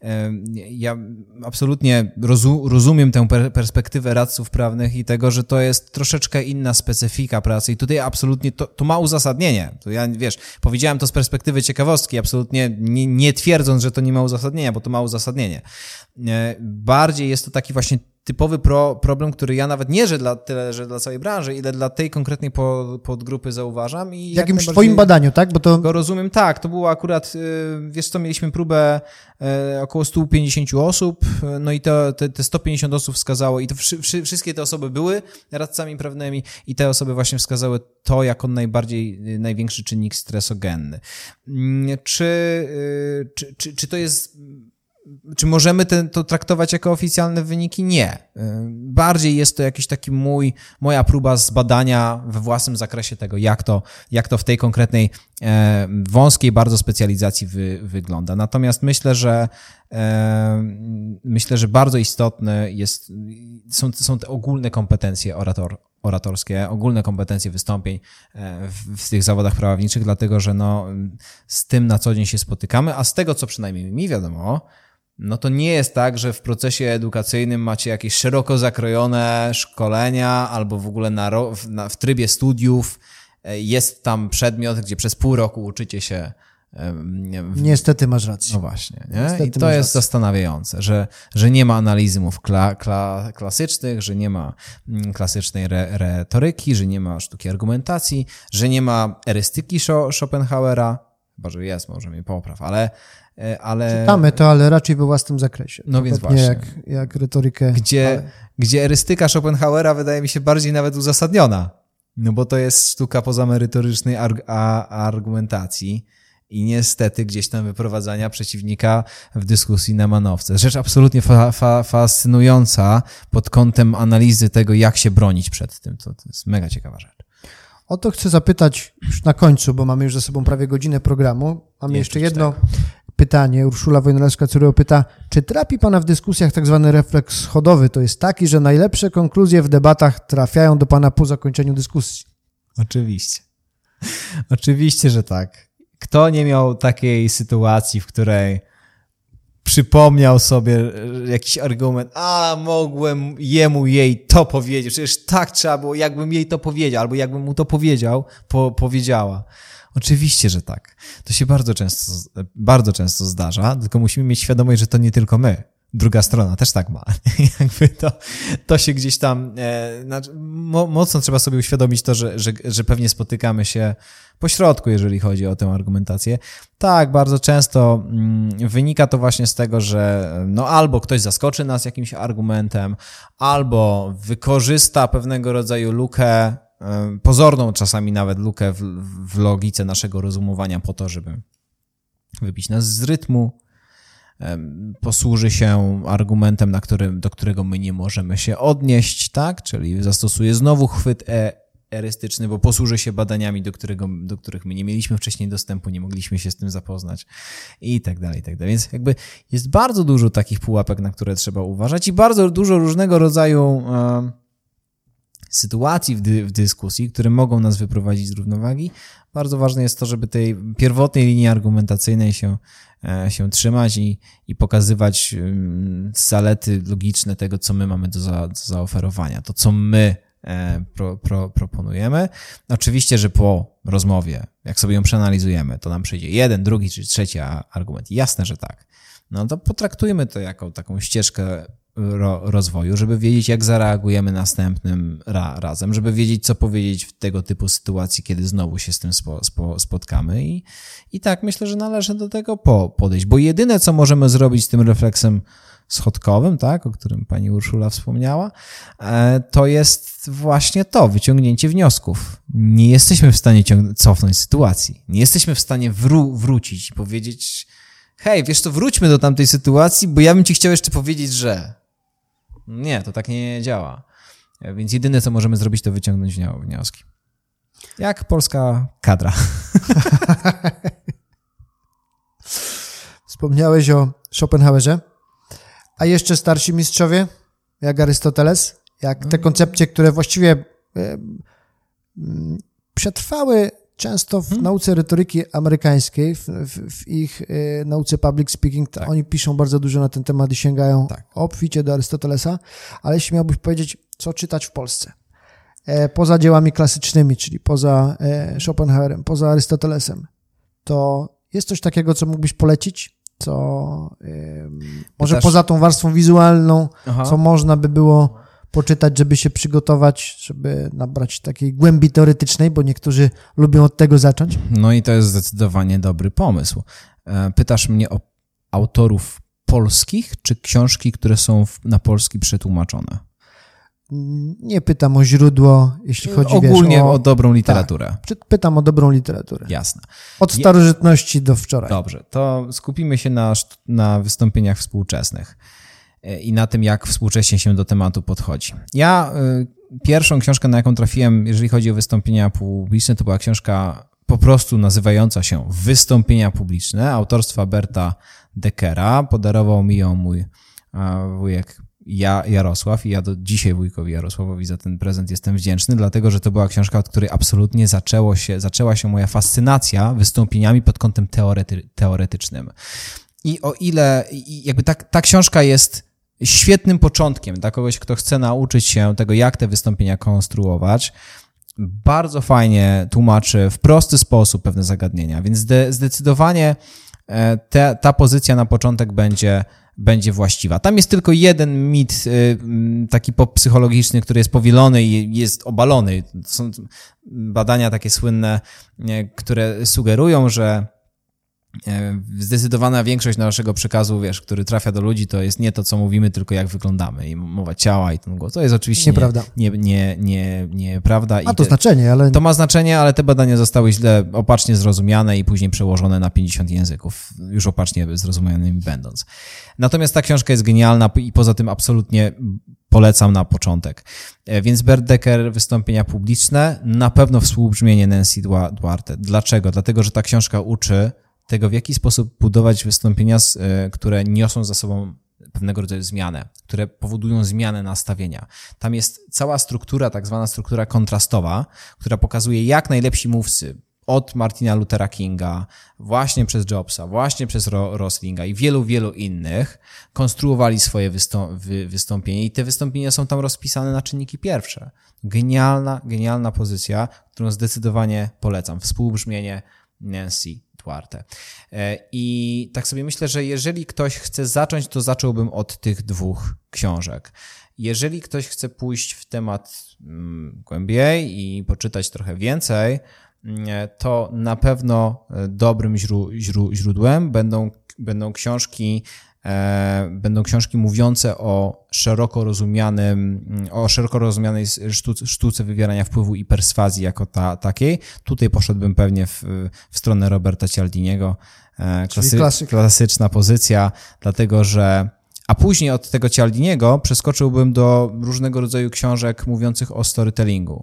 Ja absolutnie rozu- rozumiem tę per- perspektywę radców prawnych i tego, że to jest troszeczkę inna specyfika pracy i tutaj absolutnie to, to ma uzasadnienie. To ja, wiesz, powiedziałem to z perspektywy ciekawostki, absolutnie nie, nie twierdząc, że to nie ma uzasadnienia, bo to ma uzasadnienie. Bardziej jest to taki właśnie typowy pro, problem, który ja nawet nie, że dla tyle, że dla całej branży, ile dla tej konkretnej pod, podgrupy zauważam. I w jakimś twoim badaniu, tak? Bo to go rozumiem, tak. To było akurat, wiesz co, mieliśmy próbę około sto pięćdziesiąt osób, no i to, te, te sto pięćdziesiąt osób wskazało i to wszy, wszystkie te osoby były radcami prawnymi i te osoby właśnie wskazały to jako najbardziej, największy czynnik stresogenny. Czy, czy, czy, czy to jest... Czy możemy ten, to traktować jako oficjalne wyniki? Nie. Bardziej jest to jakiś taki mój, moja próba zbadania we własnym zakresie tego, jak to, jak to w tej konkretnej e, wąskiej bardzo specjalizacji wy, wygląda. Natomiast myślę, że e, myślę, że bardzo istotne jest, są, są te ogólne kompetencje orator, oratorskie, ogólne kompetencje wystąpień w, w tych zawodach prawniczych, dlatego że no, z tym na co dzień się spotykamy, a z tego, co przynajmniej mi wiadomo, no to nie jest tak, że w procesie edukacyjnym macie jakieś szeroko zakrojone szkolenia albo w ogóle na, na, w trybie studiów jest tam przedmiot, gdzie przez pół roku uczycie się. W... Niestety masz rację. No właśnie. Nie? I to jest rację. Zastanawiające, że, że nie ma analizmów kla, kla, klasycznych, że nie ma klasycznej re, retoryki, że nie ma sztuki argumentacji, że nie ma erystyki Schopenhauera. Chyba, że jest, może mnie popraw, ale Ale... Czytamy to, ale raczej we własnym zakresie. No więc właśnie. Jak, jak retorykę. Gdzie, ale... gdzie erystyka Schopenhauera wydaje mi się bardziej nawet uzasadniona. No bo to jest sztuka pozamerytorycznej arg- a, argumentacji i niestety gdzieś tam wyprowadzania przeciwnika w dyskusji na manowce. Rzecz absolutnie fa- fa- fascynująca pod kątem analizy tego, jak się bronić przed tym. To, to jest mega ciekawa rzecz. O to chcę zapytać już na końcu, bo mamy już za sobą prawie godzinę programu. Mamy jeszcze, jeszcze jedno... Tak. Pytanie. Urszula Wojnarowska-Curyło pyta, czy trapi pana w dyskusjach tak zwany refleks schodowy? To jest taki, że najlepsze konkluzje w debatach trafiają do pana po zakończeniu dyskusji. Oczywiście. Oczywiście, że tak. Kto nie miał takiej sytuacji, w której przypomniał sobie jakiś argument, a mogłem jemu, jej to powiedzieć, przecież tak trzeba było, jakbym jej to powiedział, albo jakbym mu to powiedział, po, powiedziała. Oczywiście, że tak. To się bardzo często, bardzo często zdarza, tylko musimy mieć świadomość, że to nie tylko my. Druga strona też tak ma. Jakby to, to się gdzieś tam, e, znaczy, mo, mocno trzeba sobie uświadomić to, że, że, że pewnie spotykamy się po środku, jeżeli chodzi o tę argumentację. Tak, bardzo często mm, wynika to właśnie z tego, że no albo ktoś zaskoczy nas jakimś argumentem, albo wykorzysta pewnego rodzaju lukę, pozorną czasami nawet lukę w, w logice naszego rozumowania po to, żeby wybić nas z rytmu, posłuży się argumentem, na którym, do którego my nie możemy się odnieść, tak? Czyli zastosuje znowu chwyt e, erystyczny, bo posłuży się badaniami, do, którego, do których my nie mieliśmy wcześniej dostępu, nie mogliśmy się z tym zapoznać i tak dalej, i tak dalej. Więc jakby jest bardzo dużo takich pułapek, na które trzeba uważać i bardzo dużo różnego rodzaju e, sytuacji w, dy, w dyskusji, które mogą nas wyprowadzić z równowagi. Bardzo ważne jest to, żeby tej pierwotnej linii argumentacyjnej się, się trzymać i, i pokazywać zalety logiczne tego, co my mamy do, za, do zaoferowania, to, co my pro, pro, proponujemy. Oczywiście, że po rozmowie, jak sobie ją przeanalizujemy, to nam przyjdzie jeden, drugi czy trzeci argument. Jasne, że tak. No to potraktujmy to jako taką ścieżkę Ro, rozwoju, żeby wiedzieć, jak zareagujemy następnym ra, razem, żeby wiedzieć, co powiedzieć w tego typu sytuacji, kiedy znowu się z tym spo, spo, spotkamy i, i tak myślę, że należy do tego po, podejść, bo jedyne, co możemy zrobić z tym refleksem schodkowym, tak, o którym pani Urszula wspomniała, to jest właśnie to, wyciągnięcie wniosków. Nie jesteśmy w stanie ciąg- cofnąć sytuacji, nie jesteśmy w stanie wró- wrócić i powiedzieć, hej, wiesz co, wróćmy do tamtej sytuacji, bo ja bym ci chciał jeszcze powiedzieć, że... Nie, to tak nie działa. Więc jedyne, co możemy zrobić, to wyciągnąć wnioski. Jak polska kadra. Wspomniałeś o Schopenhauerze, a jeszcze starsi mistrzowie, jak Arystoteles, jak te koncepcje, które właściwie przetrwały często w hmm. nauce retoryki amerykańskiej, w, w, w ich y, nauce public speaking, tak. oni piszą bardzo dużo na ten temat i sięgają tak. obficie do Arystotelesa, ale jeśli miałbyś powiedzieć, co czytać w Polsce, e, poza dziełami klasycznymi, czyli poza e, Schopenhauerem, poza Arystotelesem, to jest coś takiego, co mógłbyś polecić? Co y, może Pytasz... poza tą warstwą wizualną, Aha. co można by było poczytać, żeby się przygotować, żeby nabrać takiej głębi teoretycznej, bo niektórzy lubią od tego zacząć? No i to jest zdecydowanie dobry pomysł. Pytasz mnie o autorów polskich, czy książki, które są na polski przetłumaczone? Nie pytam o źródło, jeśli chodzi ogólnie wiesz, o... o dobrą literaturę. Tak, pytam o dobrą literaturę. Jasne. Od starożytności do wczoraj. Dobrze, to skupimy się na, na wystąpieniach współczesnych i na tym, jak współcześnie się do tematu podchodzi. Ja y, pierwszą książkę, na jaką trafiłem, jeżeli chodzi o wystąpienia publiczne, to była książka po prostu nazywająca się Wystąpienia publiczne, autorstwa Berta Deckera. Podarował mi ją mój a, wujek Ja, Jarosław i ja do dzisiaj wujkowi Jarosławowi za ten prezent jestem wdzięczny, dlatego że to była książka, od której absolutnie zaczęło się, zaczęła się moja fascynacja wystąpieniami pod kątem teorety, teoretycznym. I o ile jakby ta, ta książka jest świetnym początkiem dla kogoś, kto chce nauczyć się tego, jak te wystąpienia konstruować, bardzo fajnie tłumaczy w prosty sposób pewne zagadnienia, więc de, zdecydowanie te, ta pozycja na początek będzie będzie właściwa. Tam jest tylko jeden mit taki psychologiczny, który jest powielony i jest obalony. To są badania takie słynne, które sugerują, że zdecydowana większość naszego przekazu, wiesz, który trafia do ludzi, to jest nie to, co mówimy, tylko jak wyglądamy i mowa ciała i ten głos. To jest oczywiście nieprawda. Nie, nie, nie, nie prawda. Ma to znaczenie, ale... To ma znaczenie, ale te badania zostały źle, opacznie zrozumiane i później przełożone na pięćdziesiąt języków, już opacznie zrozumianymi będąc. Natomiast ta książka jest genialna i poza tym absolutnie polecam na początek. Więc Bert Decker, wystąpienia publiczne, na pewno współbrzmienie Nancy Duarte. Dlaczego? Dlatego, że ta książka uczy tego, w jaki sposób budować wystąpienia, które niosą za sobą pewnego rodzaju zmianę, które powodują zmianę nastawienia. Tam jest cała struktura, tak zwana struktura kontrastowa, która pokazuje, jak najlepsi mówcy od Martina Luthera Kinga, właśnie przez Jobsa, właśnie przez Roslinga i wielu, wielu innych konstruowali swoje wystą- wy- wystąpienie i te wystąpienia są tam rozpisane na czynniki pierwsze. Genialna, genialna pozycja, którą zdecydowanie polecam. Współbrzmienie Nancy Duarte. I tak sobie myślę, że jeżeli ktoś chce zacząć, to zacząłbym od tych dwóch książek. Jeżeli ktoś chce pójść w temat głębiej i poczytać trochę więcej, to na pewno dobrym źródłem będą, będą książki Będą książki mówiące o szeroko rozumianym, o szeroko rozumianej sztuce, sztuce wywierania wpływu i perswazji jako ta, takiej. Tutaj poszedłbym pewnie w, w stronę Roberta Cialdiniego. Klasy, klasyczna pozycja, dlatego że a później od tego Cialdiniego przeskoczyłbym do różnego rodzaju książek mówiących o storytellingu.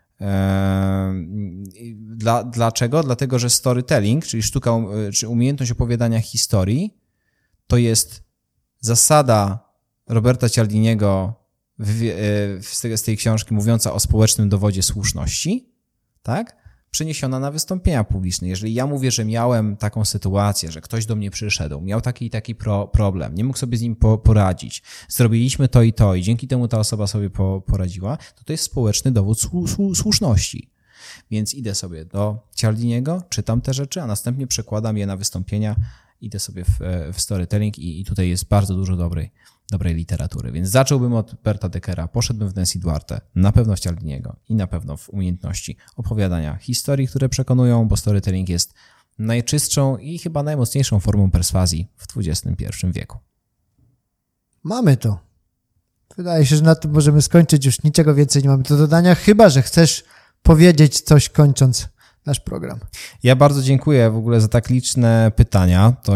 Dla, dlaczego? Dlatego, że storytelling, czyli sztuka, czy umiejętność opowiadania historii, to jest zasada Roberta Cialdiniego z tej książki mówiąca o społecznym dowodzie słuszności, tak? Przeniesiona na wystąpienia publiczne. Jeżeli ja mówię, że miałem taką sytuację, że ktoś do mnie przyszedł, miał taki i taki pro, problem, nie mógł sobie z nim po, poradzić, zrobiliśmy to i to i dzięki temu ta osoba sobie po, poradziła, to to jest społeczny dowód słu, słuszności. Więc idę sobie do Cialdiniego, czytam te rzeczy, a następnie przekładam je na wystąpienia, idę sobie w, w storytelling i, i tutaj jest bardzo dużo dobrej, dobrej literatury. Więc zacząłbym od Berta Deckera, poszedłbym w Nancy Duarte, na pewno w Cialdiniego i na pewno w umiejętności opowiadania historii, które przekonują, bo storytelling jest najczystszą i chyba najmocniejszą formą perswazji w dwudziestym pierwszym wieku. Mamy to. Wydaje się, że na tym możemy skończyć. Już niczego więcej nie mamy do dodania, chyba że chcesz powiedzieć coś kończąc nasz program. Ja bardzo dziękuję w ogóle za tak liczne pytania. To jest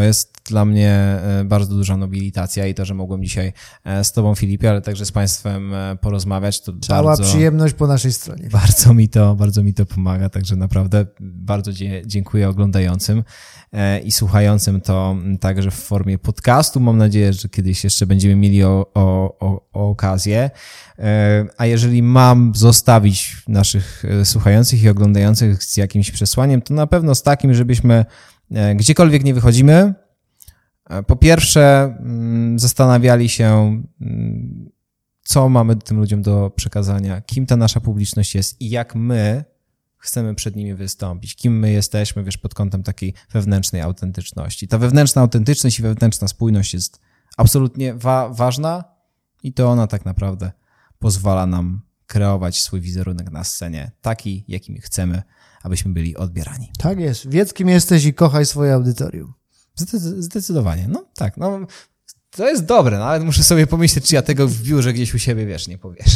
dla mnie bardzo duża nobilitacja i to, że mogłem dzisiaj z tobą, Filipie, ale także z państwem porozmawiać, to cała bardzo, przyjemność po naszej stronie. Bardzo mi to, bardzo mi to pomaga, także naprawdę bardzo dziękuję oglądającym i słuchającym to także w formie podcastu. Mam nadzieję, że kiedyś jeszcze będziemy mieli o, o, o, o okazję. A jeżeli mam zostawić naszych słuchających i oglądających z jakimś przesłaniem, to na pewno z takim, żebyśmy gdziekolwiek nie wychodzimy, po pierwsze zastanawiali się, co mamy tym ludziom do przekazania, kim ta nasza publiczność jest i jak my chcemy przed nimi wystąpić, kim my jesteśmy, wiesz, pod kątem takiej wewnętrznej autentyczności. Ta wewnętrzna autentyczność i wewnętrzna spójność jest absolutnie wa- ważna i to ona tak naprawdę pozwala nam kreować swój wizerunek na scenie taki, jakim chcemy, abyśmy byli odbierani. Tak jest. Wiedz, kim jesteś i kochaj swoje audytorium. Zdecydowanie. No tak, no to jest dobre, no, ale muszę sobie pomyśleć, czy ja tego w biurze gdzieś u siebie, wiesz, nie powiesz.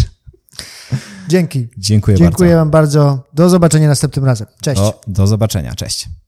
Dzięki. Dziękuję, Dziękuję bardzo. wam bardzo. Do zobaczenia następnym razem. Cześć. Do, do zobaczenia. Cześć.